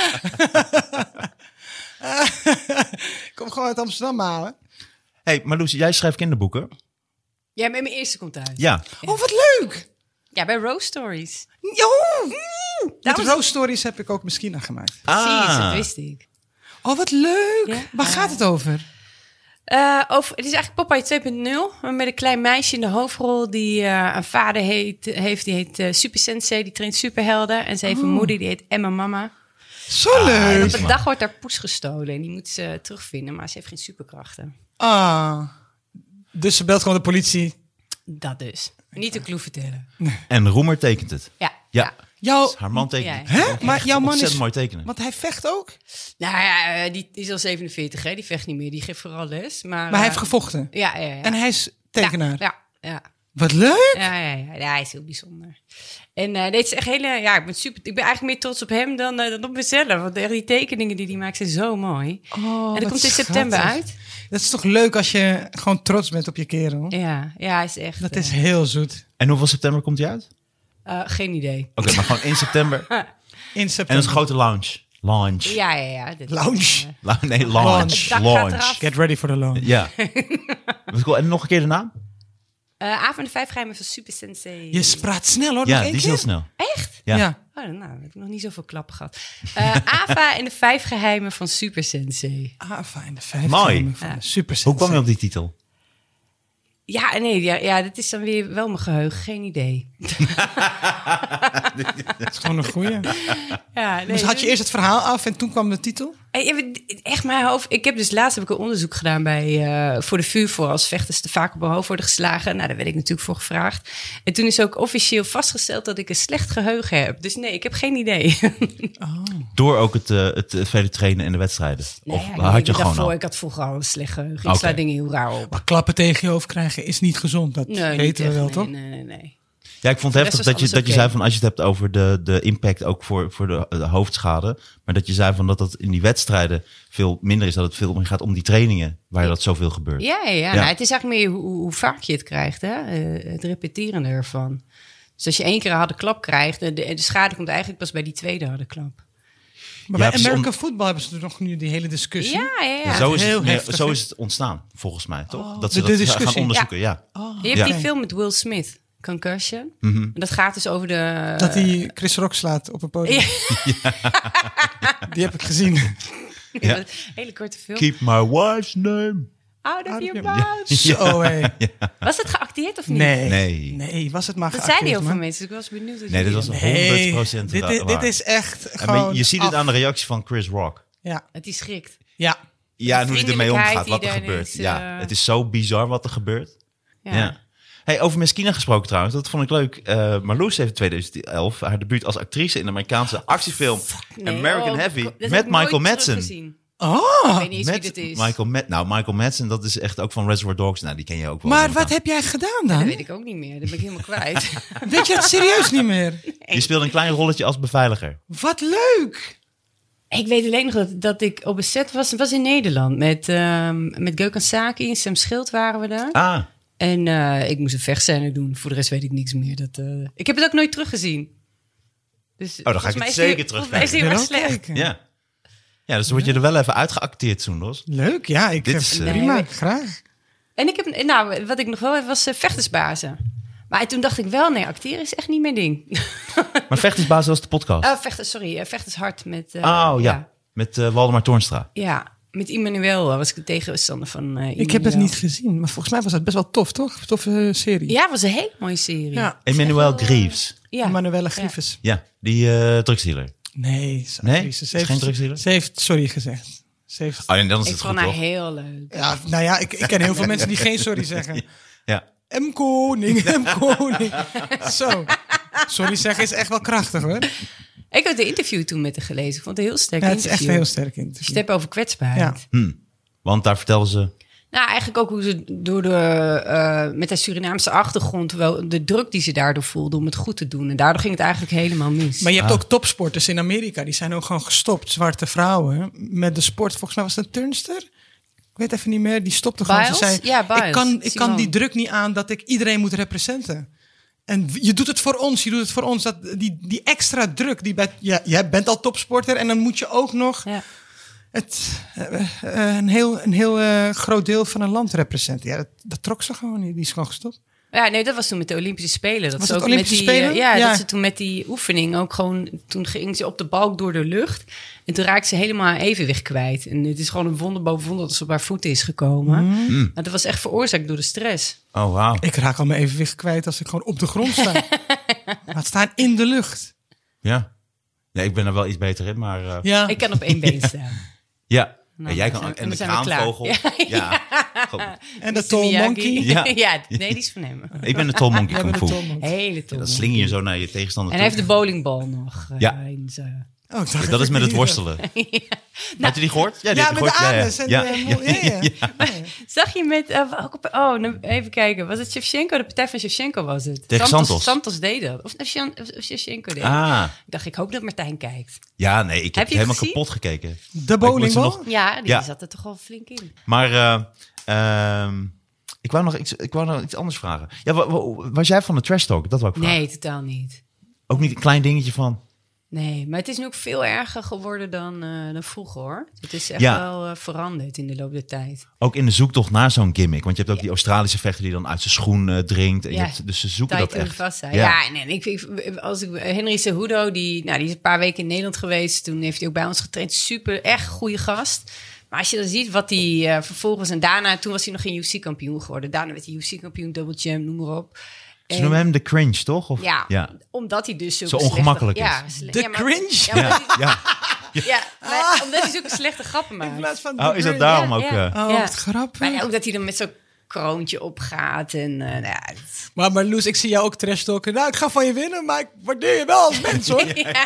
[SPEAKER 4] Ik kom gewoon uit Amsterdam halen.
[SPEAKER 2] Hey, Marloes, jij schrijft kinderboeken.
[SPEAKER 3] Ja, met mijn eerste komt uit.
[SPEAKER 2] Ja.
[SPEAKER 4] Oh, wat leuk!
[SPEAKER 3] Ja, bij Rose Stories.
[SPEAKER 4] Met Rose Stories heb ik ook misschien aan gemaakt.
[SPEAKER 3] Zie je, dat wist ik.
[SPEAKER 4] Oh, wat leuk!
[SPEAKER 3] Ja.
[SPEAKER 4] Waar gaat het over?
[SPEAKER 3] Het is eigenlijk Popeye 2.0, maar met een klein meisje in de hoofdrol die een vader heeft. Die heet Super Sensei, die traint superhelden. En ze heeft een moeder, die heet Emma Mama.
[SPEAKER 4] Zo leuk.
[SPEAKER 3] En op een dag wordt haar poes gestolen en die moet ze terugvinden, maar ze heeft geen superkrachten.
[SPEAKER 4] Dus ze belt gewoon de politie.
[SPEAKER 3] Dat dus. Niet een clue vertellen.
[SPEAKER 2] En Roemer tekent het.
[SPEAKER 3] Ja.
[SPEAKER 2] Haar man tekent
[SPEAKER 3] Ja.
[SPEAKER 2] het.
[SPEAKER 4] Hè? Maar jouw man
[SPEAKER 2] Ontzettend
[SPEAKER 4] is...
[SPEAKER 2] mooi tekenen.
[SPEAKER 4] Want hij vecht ook?
[SPEAKER 3] Nou ja, die is al 47, hè? Die vecht niet meer. Die geeft vooral les. Maar
[SPEAKER 4] hij heeft gevochten?
[SPEAKER 3] Ja.
[SPEAKER 4] En hij is tekenaar?
[SPEAKER 3] Ja.
[SPEAKER 4] Wat leuk!
[SPEAKER 3] Ja, hij is heel bijzonder. En dit is echt hele... Ja, ik ben eigenlijk meer trots op hem dan op mezelf. Want echt die tekeningen die hij maakt zijn zo mooi. En dat komt in september uit.
[SPEAKER 4] Dat is toch leuk als je gewoon trots bent op je kerel?
[SPEAKER 3] Ja, hij is echt...
[SPEAKER 4] Dat is heel zoet.
[SPEAKER 2] En hoeveel september komt hij uit?
[SPEAKER 3] Geen idee.
[SPEAKER 2] Oké, maar gewoon in september.
[SPEAKER 4] In september.
[SPEAKER 2] En dat is een grote launch.
[SPEAKER 3] Ja.
[SPEAKER 4] Lounge.
[SPEAKER 2] Nee, launch.
[SPEAKER 3] Het dak gaat
[SPEAKER 2] Launch.
[SPEAKER 3] eraf.
[SPEAKER 4] Get ready for the launch.
[SPEAKER 2] Ja. Wat cool. En nog een keer de naam?
[SPEAKER 3] Aaf en de 5 geheimen van Super Sensei.
[SPEAKER 4] Je praat snel hoor,
[SPEAKER 2] Ja,
[SPEAKER 4] nog één
[SPEAKER 2] die is
[SPEAKER 4] keer.
[SPEAKER 2] heel snel.
[SPEAKER 3] Echt?
[SPEAKER 2] Ja.
[SPEAKER 3] Oh, nou, ik heb nog niet zoveel klappen gehad. Ava en de 5 geheimen van Super Sensei.
[SPEAKER 4] Ava en de 5
[SPEAKER 2] Mooi.
[SPEAKER 4] geheimen van de Super
[SPEAKER 2] Hoe kwam je
[SPEAKER 4] Sensei.
[SPEAKER 2] op die titel?
[SPEAKER 3] Ja, nee, dat is dan weer wel mijn geheugen. Geen idee.
[SPEAKER 4] Dat is gewoon een goeie.
[SPEAKER 3] Ja, nee,
[SPEAKER 4] Dus had je eerst het verhaal af en toen kwam de titel?
[SPEAKER 3] Echt mijn hoofd. Ik heb dus laatst een onderzoek gedaan voor de VU voor als vechters te vaak op hun hoofd worden geslagen. Nou, daar werd ik natuurlijk voor gevraagd. En toen is ook officieel vastgesteld dat ik een slecht geheugen heb. Dus nee, ik heb geen idee.
[SPEAKER 2] Door ook het vele trainen en de wedstrijden? Of had je gewoon al?
[SPEAKER 3] Ik had vroeger al een slecht geheugen.
[SPEAKER 2] Oké.
[SPEAKER 3] Ik sla dingen heel raar op.
[SPEAKER 4] Maar klappen tegen je hoofd krijgen is niet gezond. Dat weten we wel, toch?
[SPEAKER 3] Nee.
[SPEAKER 2] Ja, ik vond het
[SPEAKER 3] De rest
[SPEAKER 2] heftig
[SPEAKER 3] was
[SPEAKER 2] dat je
[SPEAKER 3] alles
[SPEAKER 2] zei van als je het hebt over de impact ook voor de hoofdschade. Maar dat je zei van dat in die wedstrijden veel minder is. Dat het veel meer gaat om die trainingen waar dat zoveel gebeurt.
[SPEAKER 3] Ja. Nou, het is eigenlijk meer hoe vaak je het krijgt. Hè? Het repeteren ervan. Dus als je 1 keer een harde klap krijgt. De schade komt eigenlijk pas bij die tweede harde klap.
[SPEAKER 4] Maar
[SPEAKER 2] Ja,
[SPEAKER 4] bij
[SPEAKER 2] precies,
[SPEAKER 4] American Football hebben ze nog nu die hele discussie.
[SPEAKER 3] Ja.
[SPEAKER 2] Zo, is
[SPEAKER 4] heel
[SPEAKER 2] het,
[SPEAKER 4] heftig,
[SPEAKER 2] zo
[SPEAKER 4] hè?
[SPEAKER 2] is het ontstaan, volgens mij, toch?
[SPEAKER 4] Oh,
[SPEAKER 2] Dat ze
[SPEAKER 4] de
[SPEAKER 2] dat
[SPEAKER 4] discussie.
[SPEAKER 2] gaan onderzoeken, ja.
[SPEAKER 3] Je hebt die
[SPEAKER 2] Ja.
[SPEAKER 3] film met Will Smith, Concussion.
[SPEAKER 2] Mhm.
[SPEAKER 3] En dat gaat dus over de...
[SPEAKER 4] Dat hij Chris Rock slaat op een podium. Die heb ik gezien.
[SPEAKER 2] Ja.
[SPEAKER 3] Een hele korte film.
[SPEAKER 2] Keep my wife's name.
[SPEAKER 3] Out of your
[SPEAKER 4] Ja.
[SPEAKER 3] mouth.
[SPEAKER 4] Zo, hé.
[SPEAKER 3] Was het geacteerd of niet?
[SPEAKER 2] Nee,
[SPEAKER 4] was het maar
[SPEAKER 3] Dat
[SPEAKER 4] geacteerd,
[SPEAKER 3] zeiden heel veel
[SPEAKER 4] man.
[SPEAKER 3] mensen. Dus ik was benieuwd. Wat
[SPEAKER 2] Nee, dit
[SPEAKER 3] jullie
[SPEAKER 2] was
[SPEAKER 3] hebben.
[SPEAKER 2] 100%
[SPEAKER 4] Dit is echt
[SPEAKER 2] En
[SPEAKER 4] gewoon
[SPEAKER 2] maar je ziet het aan de reactie van Chris Rock.
[SPEAKER 4] Ja.
[SPEAKER 3] Het is schrikt.
[SPEAKER 4] Ja.
[SPEAKER 2] Ja, en hoe hij ermee omgaat,
[SPEAKER 3] vriendelijkheid
[SPEAKER 2] wat er
[SPEAKER 3] die
[SPEAKER 2] gebeurt.
[SPEAKER 3] daarin is,
[SPEAKER 2] Ja, het is zo bizar wat er gebeurt.
[SPEAKER 3] Ja.
[SPEAKER 2] Ja. Hey, over Meskina gesproken trouwens, dat vond ik leuk. Marloes heeft in 2011 haar debuut als actrice in de Amerikaanse actiefilm
[SPEAKER 3] Nee,
[SPEAKER 2] American Heavy
[SPEAKER 3] dat heb
[SPEAKER 2] met
[SPEAKER 3] ik nooit
[SPEAKER 2] Michael Madsen.
[SPEAKER 3] teruggezien.
[SPEAKER 4] Oh,
[SPEAKER 3] Ik weet niet eens wie dit is.
[SPEAKER 2] Michael Madsen, dat is echt ook van Reservoir Dogs. Nou, die ken je ook wel.
[SPEAKER 4] maar
[SPEAKER 2] neem ik
[SPEAKER 4] wat
[SPEAKER 2] aan.
[SPEAKER 4] heb jij gedaan
[SPEAKER 3] Dat
[SPEAKER 4] dan?
[SPEAKER 3] weet ik ook niet meer. Dat ben ik helemaal kwijt.
[SPEAKER 4] Weet je het serieus niet meer?
[SPEAKER 2] Je speelde een klein rolletje als beveiliger.
[SPEAKER 4] Wat leuk!
[SPEAKER 3] Ik weet alleen nog dat ik op een set was in Nederland. Met Gökhan Saki en Sam Schild waren we daar.
[SPEAKER 2] Ah,
[SPEAKER 3] En ik moest een vechtscène doen. Voor de rest weet ik niks meer. Ik heb het ook nooit teruggezien. Dus
[SPEAKER 2] dan ga ik het zeker
[SPEAKER 3] Volgens mij is het heel
[SPEAKER 4] Ik
[SPEAKER 3] erg
[SPEAKER 4] wil ook
[SPEAKER 3] slecht.
[SPEAKER 4] kijken.
[SPEAKER 2] ja. Ja, dus dan word je er wel even uitgeacteerd, Soendos.
[SPEAKER 4] Leuk, ja. Ik
[SPEAKER 2] Dit
[SPEAKER 4] heb
[SPEAKER 2] is,
[SPEAKER 4] prima,
[SPEAKER 3] nee,
[SPEAKER 4] graag.
[SPEAKER 3] En ik heb, wat ik nog wel heb, was vechtersbazen. Maar toen dacht ik wel, nee, acteren is echt niet mijn ding.
[SPEAKER 2] Maar Vechtersbasis was de podcast.
[SPEAKER 3] Vechtershart met...
[SPEAKER 2] Met Waldemar Toornstra.
[SPEAKER 3] Ja, met Immanuel was ik de tegenstander van Immanuel.
[SPEAKER 4] Ik heb het niet gezien, maar volgens mij was het best wel tof, toch? Toffe serie.
[SPEAKER 3] Ja, het was een hele mooie serie.
[SPEAKER 4] Ja.
[SPEAKER 2] Emmanuel Greaves.
[SPEAKER 3] Ja.
[SPEAKER 4] Manuelle Griffes.
[SPEAKER 2] Ja, die drugsdealer.
[SPEAKER 4] Nee, ze
[SPEAKER 2] Nee?
[SPEAKER 4] actrice.
[SPEAKER 2] Is geen drugsdealer?
[SPEAKER 4] Ze heeft sorry gezegd. Ze heeft...
[SPEAKER 2] Oh, en dan is
[SPEAKER 3] Ik
[SPEAKER 2] het
[SPEAKER 3] vond
[SPEAKER 2] goed,
[SPEAKER 3] haar
[SPEAKER 2] toch?
[SPEAKER 3] heel leuk.
[SPEAKER 4] Ja, nou ja, ik ken heel veel mensen die geen sorry zeggen.
[SPEAKER 2] Ja.
[SPEAKER 4] M-koning, M-koning. Zo. Sorry zeggen is echt wel krachtig, hoor.
[SPEAKER 3] Ik had de interview toen met haar gelezen. Ik vond het een heel sterk
[SPEAKER 4] Ja, het is
[SPEAKER 3] interview.
[SPEAKER 4] echt een heel sterk
[SPEAKER 3] Als je
[SPEAKER 4] interview.
[SPEAKER 3] het hebt over kwetsbaarheid.
[SPEAKER 4] Ja.
[SPEAKER 2] Want daar vertelden ze...
[SPEAKER 3] Nou, eigenlijk ook hoe ze met haar Surinaamse achtergrond... wel de druk die ze daardoor voelde om het goed te doen. En daardoor ging het eigenlijk helemaal mis.
[SPEAKER 4] Maar je hebt ook topsporters in Amerika. Die zijn ook gewoon gestopt, zwarte vrouwen. Met de sport. Volgens mij was het een turnster. Ik weet even niet meer. Die stopte gewoon. Ze
[SPEAKER 3] Biles?
[SPEAKER 4] zei,
[SPEAKER 3] Ja, Biles.
[SPEAKER 4] ik kan
[SPEAKER 3] Simone.
[SPEAKER 4] die druk niet aan dat ik iedereen moet representen. En je doet het voor ons. Je doet het voor ons. Dat, die extra druk. Jij bent al topsporter. En dan moet je ook nog...
[SPEAKER 3] Ja.
[SPEAKER 4] een heel groot deel van een land representeren. Ja, dat trok ze gewoon niet. Die is gewoon gestopt.
[SPEAKER 3] Ja, nee, dat was toen met de Olympische Spelen. Dat
[SPEAKER 4] Was
[SPEAKER 3] ze
[SPEAKER 4] het
[SPEAKER 3] ook
[SPEAKER 4] Olympische
[SPEAKER 3] met die,
[SPEAKER 4] Spelen?
[SPEAKER 3] ja,
[SPEAKER 4] Ja.
[SPEAKER 3] dat ze toen met die oefening ook gewoon... Toen ging ze op de balk door de lucht. En toen raakte ze helemaal haar evenwicht kwijt. En het is gewoon een wonder boven wonder dat ze op haar voeten is gekomen. Maar dat was echt veroorzaakt door de stress.
[SPEAKER 2] Oh, wauw.
[SPEAKER 4] Ik raak al mijn evenwicht kwijt als ik gewoon op de grond sta. Laat staan in de lucht.
[SPEAKER 2] Ja. Ja, ik ben er wel iets beter in, maar...
[SPEAKER 4] Ja.
[SPEAKER 3] Ik kan op 1 been staan.
[SPEAKER 2] Ja.
[SPEAKER 3] Nou,
[SPEAKER 2] en jij
[SPEAKER 3] dan
[SPEAKER 2] kan
[SPEAKER 3] zijn-
[SPEAKER 2] en de
[SPEAKER 3] dan zijn we klaar.
[SPEAKER 2] kraanvogel. Ja. Gewoon-
[SPEAKER 4] En de
[SPEAKER 3] Mr.
[SPEAKER 4] tall
[SPEAKER 3] Miyagi.
[SPEAKER 4] monkey.
[SPEAKER 2] Ja.
[SPEAKER 3] Ja, nee, die is van hem.
[SPEAKER 2] Ik ben de tall monkey
[SPEAKER 4] Jij
[SPEAKER 2] kung
[SPEAKER 4] bent de
[SPEAKER 2] fu.
[SPEAKER 4] tall monkey.
[SPEAKER 3] Hele tof.
[SPEAKER 2] Dat sling je zo naar je tegenstander
[SPEAKER 3] En hij
[SPEAKER 2] toe.
[SPEAKER 3] heeft de bowlingbal nog.
[SPEAKER 2] Ja.
[SPEAKER 3] In zijn...
[SPEAKER 4] Oh, ik dacht
[SPEAKER 2] Dat is met het
[SPEAKER 4] die-
[SPEAKER 2] worstelen. Had je die gehoord? Ja, die
[SPEAKER 4] Ja,
[SPEAKER 2] heb
[SPEAKER 4] met
[SPEAKER 2] je
[SPEAKER 4] de
[SPEAKER 2] gehoord.
[SPEAKER 4] anus. En
[SPEAKER 2] Ja,
[SPEAKER 4] de- ja.
[SPEAKER 3] Zag je met... even kijken. Was het Shevchenko? De partij van Shevchenko was het.
[SPEAKER 2] Tegen Santos.
[SPEAKER 3] Santos deed dat. Of Shevchenko deed dat.
[SPEAKER 2] Ah,
[SPEAKER 3] Ik dacht, ik hoop dat Martijn kijkt.
[SPEAKER 2] ja, nee, ik heb
[SPEAKER 3] Heb
[SPEAKER 2] het
[SPEAKER 3] je het
[SPEAKER 2] helemaal
[SPEAKER 3] gezien?
[SPEAKER 2] kapot gekeken.
[SPEAKER 4] De
[SPEAKER 2] Ik moet ze
[SPEAKER 4] bowlingbal?
[SPEAKER 2] nog-
[SPEAKER 3] Ja, die
[SPEAKER 2] Ja.
[SPEAKER 3] zat er toch wel flink in.
[SPEAKER 2] Maar ik wou nog iets anders vragen. Ja, was jij van de trash talk? Dat wou ik vragen.
[SPEAKER 3] Nee, totaal niet.
[SPEAKER 2] Ook niet een klein dingetje van...
[SPEAKER 3] Nee, maar het is nu ook veel erger geworden dan vroeger, hoor. Het is echt
[SPEAKER 2] Ja.
[SPEAKER 3] wel veranderd in de loop der tijd.
[SPEAKER 2] Ook in de zoektocht naar zo'n gimmick. Want je hebt ook die Australische vechter die dan uit zijn schoen drinkt. En je
[SPEAKER 3] Ja.
[SPEAKER 2] hebt, dus ze zoeken dat echt.
[SPEAKER 3] Vast,
[SPEAKER 2] Ja.
[SPEAKER 3] ja, nee, Henry Cejudo, die is een paar weken in Nederland geweest. Toen heeft hij ook bij ons getraind. Super, echt goede gast. Maar als je dan ziet wat hij vervolgens... En daarna, toen was hij nog geen UFC-kampioen geworden. Daarna werd hij UFC-kampioen, double champ, noem maar op.
[SPEAKER 2] Ze noemen hem de cringe, toch? Of,
[SPEAKER 3] Ja, omdat hij dus
[SPEAKER 2] Zo
[SPEAKER 3] zulke
[SPEAKER 2] ongemakkelijk
[SPEAKER 3] slechte,
[SPEAKER 2] is.
[SPEAKER 4] De cringe?
[SPEAKER 3] Ja, omdat
[SPEAKER 2] Ja,
[SPEAKER 3] hij,
[SPEAKER 2] ja.
[SPEAKER 3] maar omdat hij zulke slechte grappen maakt.
[SPEAKER 4] In plaats van
[SPEAKER 2] Oh,
[SPEAKER 4] de
[SPEAKER 2] is dat
[SPEAKER 4] green.
[SPEAKER 2] daarom
[SPEAKER 3] Ja,
[SPEAKER 2] ook?
[SPEAKER 3] ja.
[SPEAKER 4] Oh, wat grappig.
[SPEAKER 3] Maar ook dat hij dan met zo'n kroontje opgaat. En nou ja,
[SPEAKER 4] Maar Loes, ik zie jou ook trash talken. Nou, ik ga van je winnen, maar ik waardeer je wel als mens, hoor.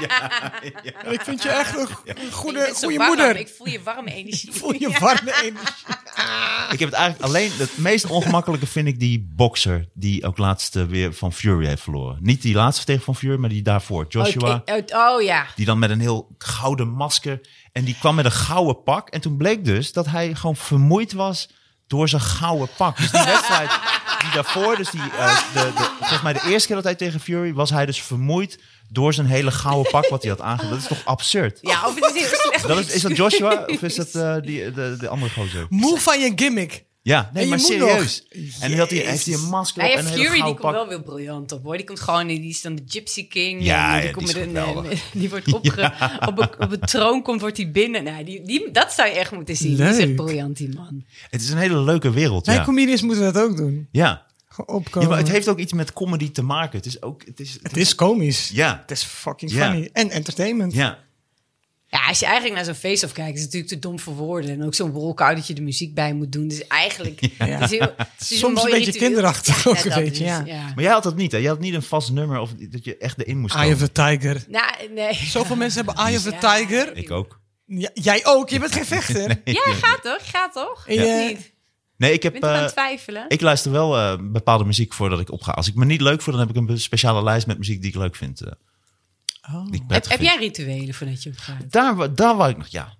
[SPEAKER 4] En ik vind je echt een
[SPEAKER 3] je
[SPEAKER 4] goede
[SPEAKER 3] bent zo warm.
[SPEAKER 4] moeder.
[SPEAKER 3] Ik voel je warme energie.
[SPEAKER 4] Voel je warme energie.
[SPEAKER 2] Ik heb het eigenlijk alleen... Het meest ongemakkelijke vind ik die bokser... die ook laatst weer van Fury heeft verloren. Niet die laatste tegen van Fury, maar die daarvoor. Joshua.
[SPEAKER 3] Oh ja.
[SPEAKER 2] Die dan met een heel gouden masker... En die kwam met een gouden pak. En toen bleek dus dat hij gewoon vermoeid was... door zijn gouden pak. Dus die wedstrijd die daarvoor... Dus die, volgens mij de eerste keer dat hij tegen Fury... was hij dus vermoeid... door zijn hele gouden pak wat hij had aangedaan. Dat is toch absurd?
[SPEAKER 3] Ja, of het is heel slecht.
[SPEAKER 2] Is dat Joshua of is dat de andere gozer?
[SPEAKER 4] Moe van je gimmick.
[SPEAKER 2] Ja, nee,
[SPEAKER 4] En je
[SPEAKER 2] maar
[SPEAKER 4] moet
[SPEAKER 2] serieus.
[SPEAKER 4] nog.
[SPEAKER 2] En dan heeft hij een masker op
[SPEAKER 3] Nou ja,
[SPEAKER 2] en een hele
[SPEAKER 3] Fury die
[SPEAKER 2] gouden
[SPEAKER 3] komt
[SPEAKER 2] pak.
[SPEAKER 3] wel weer briljant op, hoor. Die komt gewoon, die is dan de Gypsy King.
[SPEAKER 2] Ja,
[SPEAKER 3] en
[SPEAKER 2] ja,
[SPEAKER 3] die komt
[SPEAKER 2] die is
[SPEAKER 3] met
[SPEAKER 2] geweldig.
[SPEAKER 3] die wordt op een troon komt, wordt hij binnen. Nou, dat zou je echt moeten zien. Die is echt
[SPEAKER 4] Leuk.
[SPEAKER 3] briljant, die man.
[SPEAKER 2] Het is een hele leuke wereld,
[SPEAKER 4] Wij
[SPEAKER 2] ja.
[SPEAKER 4] comedians moeten dat ook doen.
[SPEAKER 2] Ja.
[SPEAKER 4] Gewoon
[SPEAKER 2] Ja,
[SPEAKER 4] opkomen.
[SPEAKER 2] maar het heeft ook iets met comedy te maken. Het is ook...
[SPEAKER 4] Het is komisch.
[SPEAKER 2] Ja,
[SPEAKER 4] Het is fucking
[SPEAKER 2] Ja.
[SPEAKER 4] funny. En entertainment.
[SPEAKER 2] ja.
[SPEAKER 3] Ja, als je eigenlijk naar zo'n face-off kijkt, is het natuurlijk te dom voor woorden. En ook zo'n walkout dat je de muziek bij moet doen. Dus eigenlijk... Het is heel, het is
[SPEAKER 4] Soms een
[SPEAKER 3] mooi
[SPEAKER 4] beetje
[SPEAKER 3] ritueel.
[SPEAKER 4] kinderachtig ook een
[SPEAKER 3] dat
[SPEAKER 4] beetje,
[SPEAKER 3] is,
[SPEAKER 4] ja.
[SPEAKER 2] Maar jij had dat niet, hè? Jij had niet een vast nummer of dat je echt erin moest
[SPEAKER 4] Eye of
[SPEAKER 2] komen.
[SPEAKER 4] the Tiger.
[SPEAKER 3] Nou, nee.
[SPEAKER 4] Zoveel mensen hebben Eye of the
[SPEAKER 3] Ja.
[SPEAKER 4] Tiger.
[SPEAKER 2] Ik ook.
[SPEAKER 4] Ja, jij ook. Je bent geen vechter.
[SPEAKER 3] Ja, gaat toch?
[SPEAKER 4] En je-
[SPEAKER 3] Niet.
[SPEAKER 2] Nee, ik
[SPEAKER 3] Ik
[SPEAKER 2] heb...
[SPEAKER 3] ben toch aan het twijfelen?
[SPEAKER 2] ik luister wel bepaalde muziek voordat ik opga. Als ik me niet leuk voel, dan heb ik een speciale lijst met muziek die ik leuk vind. Die ik prettig
[SPEAKER 3] Heb
[SPEAKER 2] vind.
[SPEAKER 3] jij rituelen voordat je opgaat?
[SPEAKER 2] Daar wou ik nog... Ja.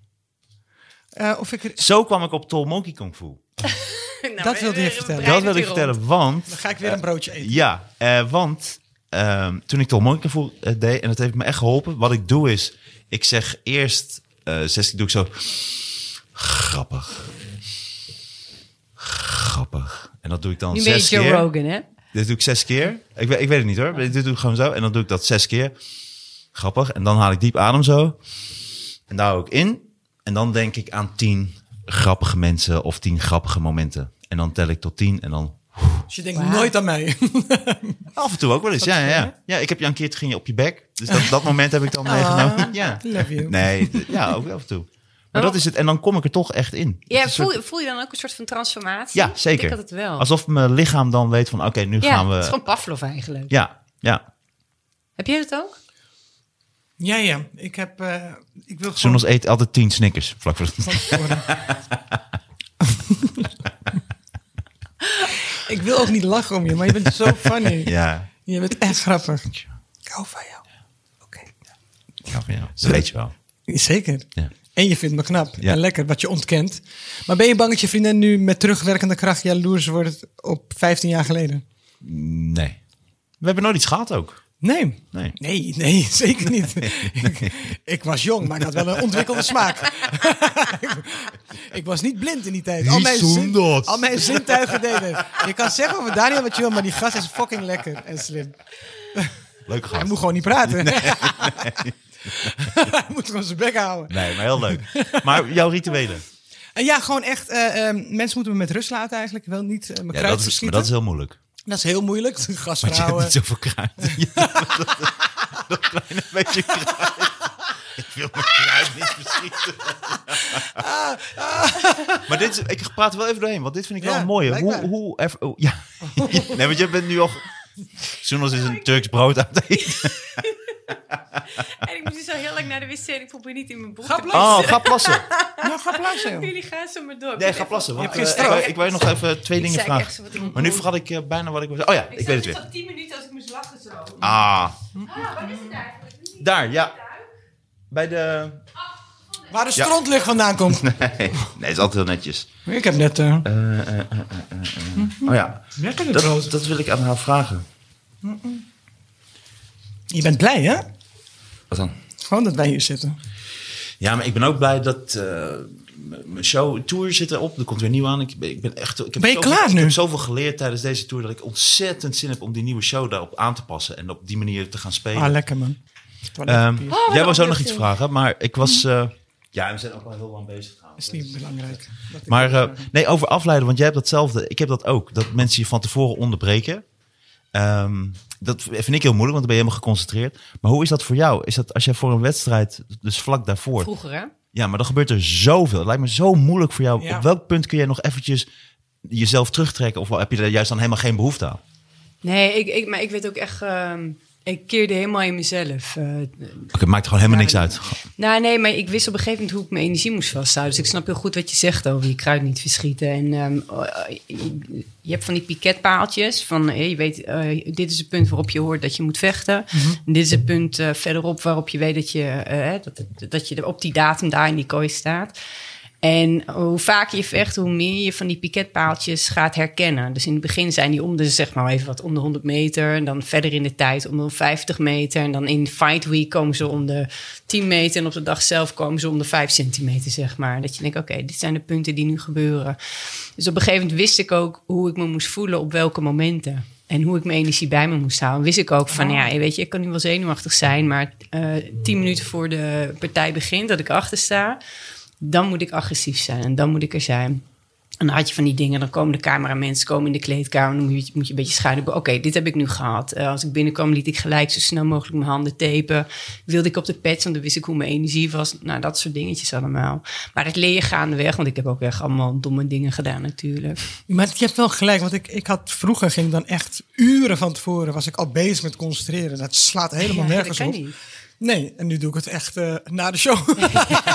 [SPEAKER 4] Of ik er...
[SPEAKER 2] Zo kwam ik op Tall Monkey Kung Fu.
[SPEAKER 3] Nou,
[SPEAKER 4] Dat wilde je vertellen.
[SPEAKER 2] Dat wil ik vertellen, want...
[SPEAKER 4] Dan ga ik weer een broodje eten.
[SPEAKER 2] Ja, want toen ik Tall Monkey Kung Fu deed, en dat heeft me echt geholpen. Wat ik doe is, ik zeg eerst, doe ik zo, grappig. En dat doe ik dan
[SPEAKER 3] Nu ben je
[SPEAKER 2] 6
[SPEAKER 3] Joe
[SPEAKER 2] keer.
[SPEAKER 3] Rogan, hè?
[SPEAKER 2] Dit doe ik 6 keer. Ik weet het niet hoor. Dit doe ik gewoon zo. En dan doe ik dat 6 keer. Grappig. En dan haal ik diep adem zo. En daar hou ik in. En dan denk ik aan 10 grappige mensen of 10 grappige momenten. En dan tel ik tot 10 en dan...
[SPEAKER 4] Dus je denkt
[SPEAKER 3] Wauw.
[SPEAKER 4] nooit aan mij.
[SPEAKER 2] Af en toe ook wel eens. Ja, ik heb je een keer, toen ging je op je bek. Dus dat moment heb ik dan meegenomen. Ja.
[SPEAKER 4] Love you.
[SPEAKER 2] Nee, ja, ook af en toe. Maar dat is het. En dan kom ik er toch echt in.
[SPEAKER 3] Ja,
[SPEAKER 2] Het is een soort-
[SPEAKER 3] voel je dan ook een soort van transformatie?
[SPEAKER 2] Ja, zeker.
[SPEAKER 3] Ik had het wel.
[SPEAKER 2] Alsof mijn lichaam dan weet van, oké, nu
[SPEAKER 3] ja,
[SPEAKER 2] gaan we...
[SPEAKER 3] het is gewoon Pavlov eigenlijk.
[SPEAKER 2] Ja.
[SPEAKER 3] Heb jij dat ook?
[SPEAKER 4] Ja. Ik heb... ik wil gewoon...
[SPEAKER 2] Soms eet altijd 10 Snickers. Vlak voor het...
[SPEAKER 4] Ik wil ook niet lachen om je, maar je bent zo funny.
[SPEAKER 2] Ja.
[SPEAKER 4] Je bent echt grappig. Ik hou van jou. Oké.
[SPEAKER 2] Ja, van jou. Dat weet je wel.
[SPEAKER 4] Zeker.
[SPEAKER 2] Ja.
[SPEAKER 4] En je vindt me knap
[SPEAKER 2] Ja.
[SPEAKER 4] en lekker, wat je ontkent. Maar ben je bang dat je vriendin nu met terugwerkende kracht jaloers wordt op 15 jaar geleden?
[SPEAKER 2] Nee. We hebben nooit iets gehad ook.
[SPEAKER 4] Nee, zeker niet. Ik was jong, maar ik had wel een ontwikkelde smaak. Ik was niet blind in die tijd. Al mijn zintuigen deden. Je kan zeggen over Daniel wat je wil, maar die gast is fucking lekker en slim.
[SPEAKER 2] Leuke gast.
[SPEAKER 4] Hij moet gewoon niet praten. Hij moet gewoon zijn bek houden.
[SPEAKER 2] Nee, maar heel leuk. Maar jouw rituelen?
[SPEAKER 4] Ja, gewoon echt. Mensen moeten me met rust laten eigenlijk. Wel niet mijn kruid
[SPEAKER 2] Maar
[SPEAKER 4] verschieten.
[SPEAKER 2] dat is heel moeilijk.
[SPEAKER 4] Dat is heel moeilijk.
[SPEAKER 2] Want je hebt
[SPEAKER 4] Gastvrouwen.
[SPEAKER 2] niet zoveel kruid. Dat kleine beetje kruid. Ik wil mijn kruid niet verschieten. Maar ik praat er wel even doorheen, want dit vind ik wel een mooie. Nee, want je bent nu al... Soenos is een Turks brood aan het eten.
[SPEAKER 3] En ik moet dus al heel lang naar de wc en ik probeer niet in mijn broek
[SPEAKER 4] Ga
[SPEAKER 3] te
[SPEAKER 4] plassen.
[SPEAKER 2] Ga plassen.
[SPEAKER 4] Nou, ga plassen, joh.
[SPEAKER 3] Jullie gaan zo maar door.
[SPEAKER 2] Nee, ga plassen. Want,
[SPEAKER 4] Je hebt geen straf.
[SPEAKER 2] ik wil je nog even 2 dingen
[SPEAKER 3] zei echt
[SPEAKER 2] vragen.
[SPEAKER 3] zo wat ik moet
[SPEAKER 2] Maar nu
[SPEAKER 3] doen.
[SPEAKER 2] vergat ik bijna wat ik wil zeggen. Oh ja, ik weet het weer.
[SPEAKER 3] al 10 minuten als ik moest lachen zo.
[SPEAKER 2] Ah,
[SPEAKER 3] Wat is het eigenlijk?
[SPEAKER 2] daar, ja. Bij de...
[SPEAKER 4] Waar de strontlucht vandaan komt.
[SPEAKER 2] Nee, is altijd heel netjes.
[SPEAKER 4] Ik heb net...
[SPEAKER 2] Oh ja,
[SPEAKER 4] lekker het brood.
[SPEAKER 2] dat wil ik aan haar vragen.
[SPEAKER 4] Je bent blij, hè?
[SPEAKER 2] Wat dan?
[SPEAKER 4] Gewoon dat wij hier zitten.
[SPEAKER 2] Ja, maar ik ben ook blij dat mijn tour zit erop. Er komt weer nieuw aan. Ik ben echt...
[SPEAKER 4] Ben je klaar nu?
[SPEAKER 2] Ik heb zoveel geleerd tijdens deze tour dat ik ontzettend zin heb om die nieuwe show daarop aan te passen en op die manier te gaan spelen.
[SPEAKER 4] Ah, lekker man.
[SPEAKER 2] Jij wou zo nog iets vragen, maar ik was... ja, we zijn ook al heel lang bezig trouwens.
[SPEAKER 4] Is niet belangrijk.
[SPEAKER 2] Maar nee, over afleiden, want jij hebt datzelfde. Ik heb dat ook. Dat mensen je van tevoren onderbreken. Dat vind ik heel moeilijk, want dan ben je helemaal geconcentreerd. Maar hoe is dat voor jou? Is dat als jij voor een wedstrijd, dus vlak daarvoor...
[SPEAKER 3] Vroeger, hè?
[SPEAKER 2] Ja, maar dan gebeurt er zoveel. Het lijkt me zo moeilijk voor jou.
[SPEAKER 4] Ja.
[SPEAKER 2] Op welk punt kun jij nog eventjes jezelf terugtrekken? Of heb je daar juist dan helemaal geen behoefte aan?
[SPEAKER 3] Nee, maar ik weet ook echt... ik keerde helemaal in mezelf.
[SPEAKER 2] Het maakt gewoon helemaal niks uit.
[SPEAKER 3] Nou, nee, maar ik wist op een gegeven moment hoe ik mijn energie moest vasthouden. Dus ik snap heel goed wat je zegt over je kruid niet verschieten. En je hebt van die piketpaaltjes. Van, je weet, dit is het punt waarop je hoort dat je moet vechten. En dit is het punt verderop waarop je weet dat je op die datum daar in die kooi staat. En hoe vaker je vecht, hoe meer je van die piketpaaltjes gaat herkennen. Dus in het begin zijn die om de, zeg maar even wat, om de 100 meter. En dan verder in de tijd om de 50 meter. En dan in Fight Week komen ze om de 10 meter. En op de dag zelf komen ze om de 5 centimeter, zeg maar. Dat je denkt, oké, dit zijn de punten die nu gebeuren. Dus op een gegeven moment wist ik ook hoe ik me moest voelen op welke momenten. En hoe ik mijn energie bij me moest houden. Wist ik ook van, ja, weet je, ik kan nu wel zenuwachtig zijn. Maar 10 minuten voor de partij begint, dat ik achter sta... Dan moet ik agressief zijn en dan moet ik er zijn. En dan had je van die dingen, dan komen de cameramensen komen in de kleedkamer. Dan moet je een beetje schuilen. Oké, dit heb ik nu gehad. Als ik binnenkwam, liet ik gelijk zo snel mogelijk mijn handen tapen. Wilde ik op de pet, want dan wist ik hoe mijn energie was. Nou, dat soort dingetjes allemaal. Maar het leer je gaandeweg, want ik heb ook echt allemaal domme dingen gedaan natuurlijk.
[SPEAKER 4] Maar je hebt wel gelijk, want ik had vroeger ging dan echt uren van tevoren was ik al bezig met concentreren. Dat slaat helemaal nergens
[SPEAKER 3] dat
[SPEAKER 4] op.
[SPEAKER 3] kan niet.
[SPEAKER 4] Nee, en nu doe ik het echt na de show.
[SPEAKER 3] Ja,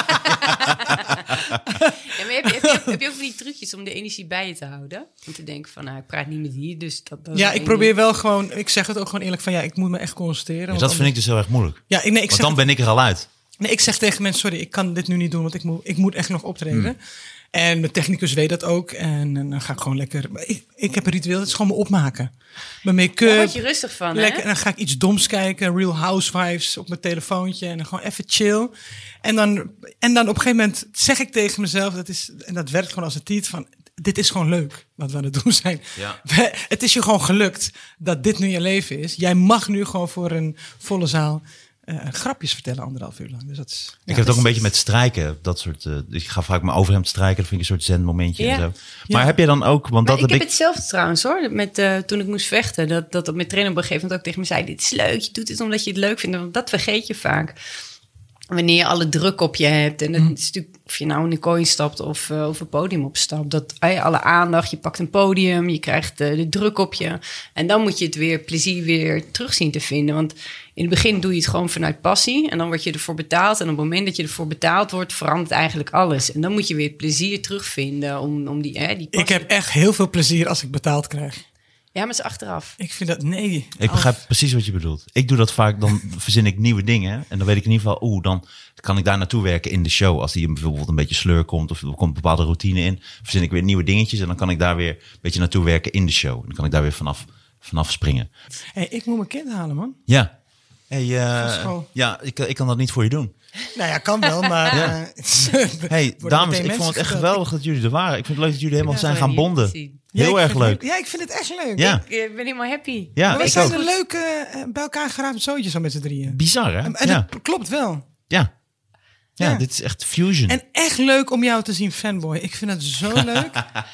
[SPEAKER 3] maar heb je ook van die trucjes om de energie bij je te houden? Om te denken van, nou, ik praat niet met die, dus dat
[SPEAKER 4] Ja, ik probeer wel gewoon, ik zeg het ook gewoon eerlijk van, ja, ik moet me echt concentreren.
[SPEAKER 2] Ja,
[SPEAKER 4] want
[SPEAKER 2] dat vind ik dus heel erg moeilijk.
[SPEAKER 4] Ja, ik
[SPEAKER 2] Want
[SPEAKER 4] zeg
[SPEAKER 2] dan ben ik er al uit.
[SPEAKER 4] Nee, ik zeg tegen mensen, sorry, ik kan dit nu niet doen, want ik moet echt nog optreden. En mijn technicus weet dat ook. En dan ga ik gewoon lekker... Ik heb een ritueel, dat is gewoon me opmaken. Mijn make-up.
[SPEAKER 3] Daar word je rustig van,
[SPEAKER 4] lekker,
[SPEAKER 3] hè?
[SPEAKER 4] en dan ga ik iets doms kijken, Real Housewives op mijn telefoontje. En dan gewoon even chill. En dan op een gegeven moment zeg ik tegen mezelf, en dat werkt gewoon als een tiet van... Dit is gewoon leuk, wat we aan het doen zijn.
[SPEAKER 2] Ja.
[SPEAKER 4] Het is je gewoon gelukt dat dit nu je leven is. Jij mag nu gewoon voor een volle zaal... grapjes vertellen 1,5 uur lang. Dus dat is,
[SPEAKER 2] Ik heb het ook een beetje met strijken. Dat soort. Ik ga vaak mijn overhemd strijken. Dat vind ik een soort zenmomentje.
[SPEAKER 3] Ja.
[SPEAKER 2] En zo. Maar heb je dan ook? Want
[SPEAKER 3] Maar
[SPEAKER 2] dat
[SPEAKER 3] ik heb
[SPEAKER 2] ik.
[SPEAKER 3] hetzelfde trouwens hoor. Met, toen ik moest vechten. Dat mijn trainer op een gegeven moment ook tegen me zei... Dit is leuk, je doet het omdat je het leuk vindt. Want dat vergeet je vaak. Wanneer je alle druk op je hebt. En het is natuurlijk of je nou in de kooi stapt of een podium opstapt. Dat alle aandacht, je pakt een podium. Je krijgt de druk op je. En dan moet je het plezier weer terug zien te vinden. Want in het begin doe je het gewoon vanuit passie. En dan word je ervoor betaald. En op het moment dat je ervoor betaald wordt, verandert eigenlijk alles. En dan moet je weer het plezier terugvinden om die passie.
[SPEAKER 4] Ik heb echt heel veel plezier als ik betaald krijg.
[SPEAKER 3] Ja, maar het is achteraf.
[SPEAKER 4] Ik vind dat, nee.
[SPEAKER 2] Ik begrijp precies wat je bedoelt. Ik doe dat vaak, dan verzin ik nieuwe dingen. En dan weet ik in ieder geval, dan kan ik daar naartoe werken in de show. Als die bijvoorbeeld een beetje sleur komt of er komt een bepaalde routine in. Verzin ik weer nieuwe dingetjes en dan kan ik daar weer een beetje naartoe werken in de show. En dan kan ik daar weer vanaf vanaf springen.
[SPEAKER 4] Hey, ik moet mijn kind halen, man.
[SPEAKER 2] Ja. Hey,
[SPEAKER 4] school.
[SPEAKER 2] ja, ik kan dat niet voor je doen.
[SPEAKER 4] Nou ja, kan wel, maar...
[SPEAKER 2] Hey, dames, ik vond het echt geweldig dat jullie er waren. Ik vind het leuk dat jullie helemaal zijn gaan bonden. Heel erg leuk.
[SPEAKER 4] Ja, ik vind het echt leuk.
[SPEAKER 2] Ja.
[SPEAKER 3] Ik ben helemaal happy.
[SPEAKER 2] Ja,
[SPEAKER 4] Maar we
[SPEAKER 2] ik
[SPEAKER 4] zijn
[SPEAKER 2] ook.
[SPEAKER 4] een leuke, bij elkaar geraapt zootje zo met z'n drieën.
[SPEAKER 2] Bizar, hè?
[SPEAKER 4] En
[SPEAKER 2] Ja.
[SPEAKER 4] dat klopt wel.
[SPEAKER 2] Ja. Ja,
[SPEAKER 4] Ja.
[SPEAKER 2] dit is echt fusion.
[SPEAKER 4] En echt leuk om jou te zien, fanboy. Ik vind het zo leuk.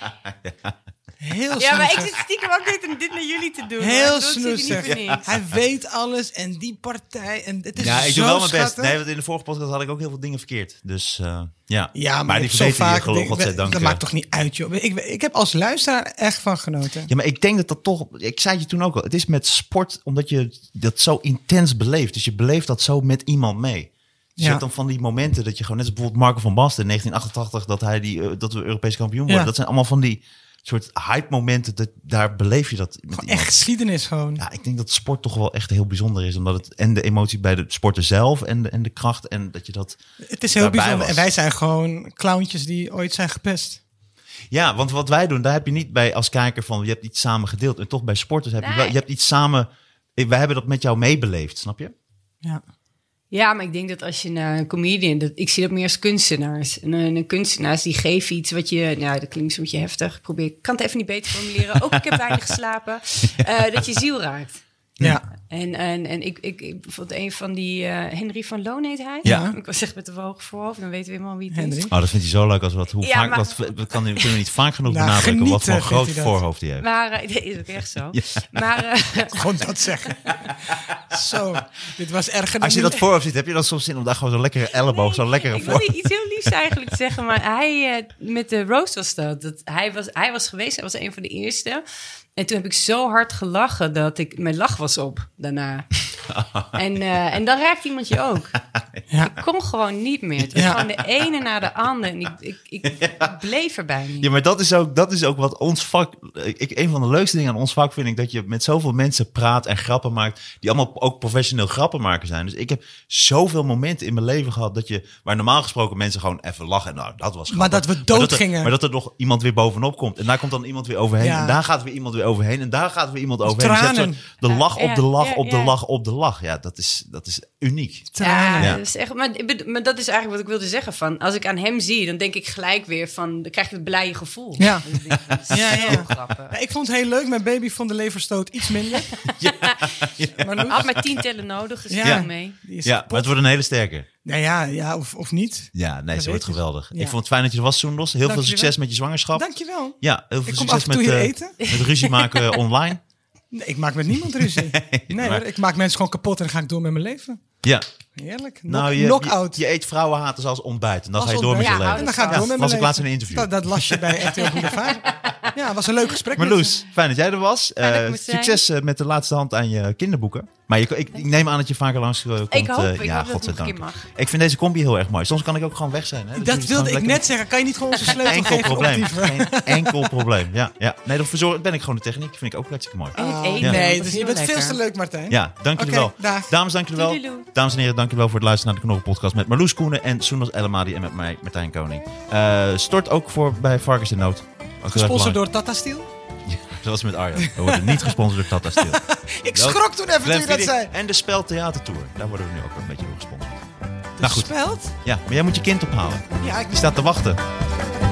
[SPEAKER 4] Heel
[SPEAKER 3] Ja, maar ik
[SPEAKER 4] snoezig.
[SPEAKER 3] zit stiekem ook dit naar jullie te doen.
[SPEAKER 4] Heel
[SPEAKER 3] Dat zit hier niet
[SPEAKER 4] snoezig.
[SPEAKER 3] voor niks.
[SPEAKER 4] Hij weet alles en die partij. En het is
[SPEAKER 2] Ja, ik
[SPEAKER 4] zo
[SPEAKER 2] doe wel mijn best.
[SPEAKER 4] schattig.
[SPEAKER 2] Nee, want in de vorige podcast had ik ook heel veel dingen verkeerd. Dus ja.
[SPEAKER 4] Ja, maar
[SPEAKER 2] die
[SPEAKER 4] zo
[SPEAKER 2] verbeteren
[SPEAKER 4] vaak.
[SPEAKER 2] je geloof, godzijdank.
[SPEAKER 4] Dat maakt toch niet uit, joh. Ik heb als luisteraar echt van genoten.
[SPEAKER 2] Ja, maar ik denk dat toch... Ik zei het je toen ook al. Het is met sport omdat je dat zo intens beleeft. Dus je beleeft dat zo met iemand mee. Dus je
[SPEAKER 4] Ja.
[SPEAKER 2] hebt dan van die momenten dat je gewoon... Net als bijvoorbeeld Marco van Basten in 1988... dat we Europees kampioen worden.
[SPEAKER 4] Ja.
[SPEAKER 2] Dat zijn allemaal van die soort hype momenten. Daar beleef je dat met
[SPEAKER 4] Gewoon
[SPEAKER 2] iemand.
[SPEAKER 4] echt geschiedenis gewoon.
[SPEAKER 2] Ja, ik denk dat sport toch wel echt heel bijzonder is. Omdat het en de emotie bij de sporter zelf en de kracht. En dat je dat...
[SPEAKER 4] Het is heel
[SPEAKER 2] daarbij
[SPEAKER 4] bijzonder.
[SPEAKER 2] was.
[SPEAKER 4] En wij zijn gewoon clowntjes die ooit zijn gepest.
[SPEAKER 2] Ja, want wat wij doen, daar heb je niet bij als kijker van... je hebt iets samen gedeeld. En toch bij sporters heb je
[SPEAKER 3] Nee.
[SPEAKER 2] wel... Je hebt iets samen... Wij hebben dat met jou meebeleefd, snap je?
[SPEAKER 4] Ja.
[SPEAKER 3] Ja, maar ik denk dat als je naar een comedian... ik zie dat meer als kunstenaars. En een kunstenaars die geven iets wat je... Nou, dat klinkt zo'n beetje heftig. Ik kan het even niet beter formuleren. Ook ik heb weinig geslapen. Dat je ziel raakt.
[SPEAKER 4] Ja.
[SPEAKER 3] En ik bijvoorbeeld een van die... Henry van Loon heet hij.
[SPEAKER 2] Ja.
[SPEAKER 3] Ik was echt met de hoog voorhoofd. Dan weten we helemaal wie het
[SPEAKER 4] Henry.
[SPEAKER 3] is.
[SPEAKER 2] Oh, dat vindt hij zo leuk als wat. Hoe
[SPEAKER 3] Ja,
[SPEAKER 2] vaak,
[SPEAKER 3] maar-
[SPEAKER 2] dat kunnen we niet vaak genoeg
[SPEAKER 4] Nou,
[SPEAKER 2] benadrukken wat voor een
[SPEAKER 4] genieten
[SPEAKER 2] groot
[SPEAKER 4] vindt hij dat.
[SPEAKER 2] voorhoofd hij heeft.
[SPEAKER 3] Maar dat is ook echt zo. Maar
[SPEAKER 4] Gewoon dat zeggen. Zo, dit was erger dan
[SPEAKER 2] Als je
[SPEAKER 4] nu.
[SPEAKER 2] dat voorhoofd ziet, heb je dan soms zin om daar gewoon zo'n lekkere elleboog, zo'n lekkere
[SPEAKER 3] ik wil
[SPEAKER 2] voor.
[SPEAKER 3] niet iets heel liefs eigenlijk zeggen, maar hij met de roast was dat. Hij was geweest, hij was een van de eerste. En toen heb ik zo hard gelachen dat mijn lach was op daarna. En dan raakt iemand je ook.
[SPEAKER 4] Ja.
[SPEAKER 3] Ik kon gewoon niet meer. Het was
[SPEAKER 4] Ja.
[SPEAKER 3] gewoon de ene na de andere. En ik bleef erbij niet.
[SPEAKER 2] Ja, maar dat is ook wat ons vak... een van de leukste dingen aan ons vak vind ik... dat je met zoveel mensen praat en grappen maakt... die allemaal ook professioneel grappenmakers zijn. Dus ik heb zoveel momenten in mijn leven gehad... waar normaal gesproken mensen gewoon even lachen. Nou, dat was grappig.
[SPEAKER 4] Maar dat we dood gingen.
[SPEAKER 2] Maar dat er nog iemand weer bovenop komt. En daar komt dan iemand weer overheen.
[SPEAKER 4] Ja.
[SPEAKER 2] En daar gaat weer iemand weer overheen. En daar gaat weer iemand overheen. Dus je hebt
[SPEAKER 4] Tranen.
[SPEAKER 2] zo de lach op de lach
[SPEAKER 3] Ja,
[SPEAKER 2] op de
[SPEAKER 3] ja.
[SPEAKER 2] lach op de lach. Ja, dat is uniek.
[SPEAKER 4] Tranen.
[SPEAKER 3] Ja,
[SPEAKER 2] Ja.
[SPEAKER 3] dat is echt, maar dat is eigenlijk wat ik wilde zeggen. Van, als ik aan hem zie, dan denk ik gelijk weer van... dan krijg je het blije gevoel.
[SPEAKER 4] Ja.
[SPEAKER 3] Dan denk ik, dat is
[SPEAKER 4] Ja,
[SPEAKER 3] zo
[SPEAKER 4] ja.
[SPEAKER 3] grappig.
[SPEAKER 4] Ja, ik vond het heel leuk. Mijn baby vond de leverstoot iets minder. Maar Loes,
[SPEAKER 3] Had maar 10 tellen nodig, dus
[SPEAKER 4] Ja.
[SPEAKER 3] ik mee.
[SPEAKER 4] die is
[SPEAKER 2] Ja,
[SPEAKER 4] kapot.
[SPEAKER 2] maar het wordt een hele sterke.
[SPEAKER 4] Nou ja, of niet.
[SPEAKER 2] Ja, nee,
[SPEAKER 4] Dat
[SPEAKER 2] ze wordt
[SPEAKER 4] weet ik.
[SPEAKER 2] geweldig.
[SPEAKER 4] Ja.
[SPEAKER 2] Ik vond het fijn dat je er was, Soendos. Heel veel
[SPEAKER 4] Dankjewel.
[SPEAKER 2] succes met je zwangerschap.
[SPEAKER 4] Dankjewel.
[SPEAKER 2] Ja, heel veel
[SPEAKER 4] Ik kom
[SPEAKER 2] succes
[SPEAKER 4] af en toe hier
[SPEAKER 2] met,
[SPEAKER 4] eten.
[SPEAKER 2] met ruzie maken online.
[SPEAKER 4] Nee, ik maak met niemand ruzie. Nee
[SPEAKER 2] maar-
[SPEAKER 4] hoor, ik maak mensen gewoon kapot en dan ga ik door met mijn leven.
[SPEAKER 2] Ja,
[SPEAKER 4] Heerlijk.
[SPEAKER 2] nou, je
[SPEAKER 4] Knock-out.
[SPEAKER 2] je eet vrouwenhaters als ontbijt. En dan
[SPEAKER 4] Als
[SPEAKER 2] ga je door met je
[SPEAKER 4] ontbijt.
[SPEAKER 3] Ja,
[SPEAKER 2] leven.
[SPEAKER 4] En dan ga ik
[SPEAKER 3] Ja,
[SPEAKER 4] door met
[SPEAKER 2] las
[SPEAKER 4] mijn
[SPEAKER 2] ik laatst
[SPEAKER 4] leven.
[SPEAKER 2] in een interview.
[SPEAKER 4] Dat las je bij RTL Boulevard. Ja, het was een leuk gesprek.
[SPEAKER 2] Maar
[SPEAKER 4] met
[SPEAKER 2] Loes, fijn dat jij er was.
[SPEAKER 3] Fijn dat ik moest zijn.
[SPEAKER 2] Succes met de laatste hand aan je kinderboeken. Maar ik neem aan dat je vaker langs komt.
[SPEAKER 3] Ik hoop, ik
[SPEAKER 2] ja,
[SPEAKER 3] hoop dat het nog een
[SPEAKER 2] godzijdank.
[SPEAKER 3] keer mag.
[SPEAKER 2] Ik vind deze combi heel erg mooi. Soms kan ik ook gewoon weg zijn. Hè?
[SPEAKER 4] Dat
[SPEAKER 2] jullie
[SPEAKER 4] wilde
[SPEAKER 2] gewoon
[SPEAKER 4] ik net zeggen. Kan je niet gewoon onze sleutel
[SPEAKER 2] Enkel
[SPEAKER 4] geven?
[SPEAKER 2] probleem.
[SPEAKER 4] Optieven?
[SPEAKER 2] Geen enkel probleem. Ja, ja. Nee, dan ben ik gewoon de techniek. Vind ik ook hartstikke mooi.
[SPEAKER 3] En het
[SPEAKER 4] Oh,
[SPEAKER 3] eten.
[SPEAKER 4] nee,
[SPEAKER 3] dat
[SPEAKER 4] dus
[SPEAKER 3] is
[SPEAKER 4] je
[SPEAKER 3] heel
[SPEAKER 4] bent veel
[SPEAKER 3] lekker.
[SPEAKER 4] te leuk, Martijn.
[SPEAKER 2] Ja, dank jullie
[SPEAKER 4] Oké,
[SPEAKER 2] wel.
[SPEAKER 4] dag.
[SPEAKER 2] Dames, dank jullie wel.
[SPEAKER 3] Doedeloe.
[SPEAKER 2] Dames en heren, dank jullie wel voor het luisteren naar de Knorren Podcast met Marloes Koenen en Soendos El Amadi en met mij, Martijn Koning. Stort ook voor bij Varkens in Nood. Ook heel erg
[SPEAKER 4] Gesponsord
[SPEAKER 2] belangrijk.
[SPEAKER 4] door Tata Steel.
[SPEAKER 2] Zoals met Arjan. We worden niet gesponsord door Tata Steel.
[SPEAKER 4] Ik schrok toen even toen je dat
[SPEAKER 2] Glenfiddich
[SPEAKER 4] zei.
[SPEAKER 2] En de Spel Theatertour. Daar worden we nu ook wel een beetje door gesponsord. Nou goed.
[SPEAKER 4] Speld?
[SPEAKER 2] Ja, maar jij moet je kind ophalen.
[SPEAKER 4] Ja, ik
[SPEAKER 2] Die staat te wachten.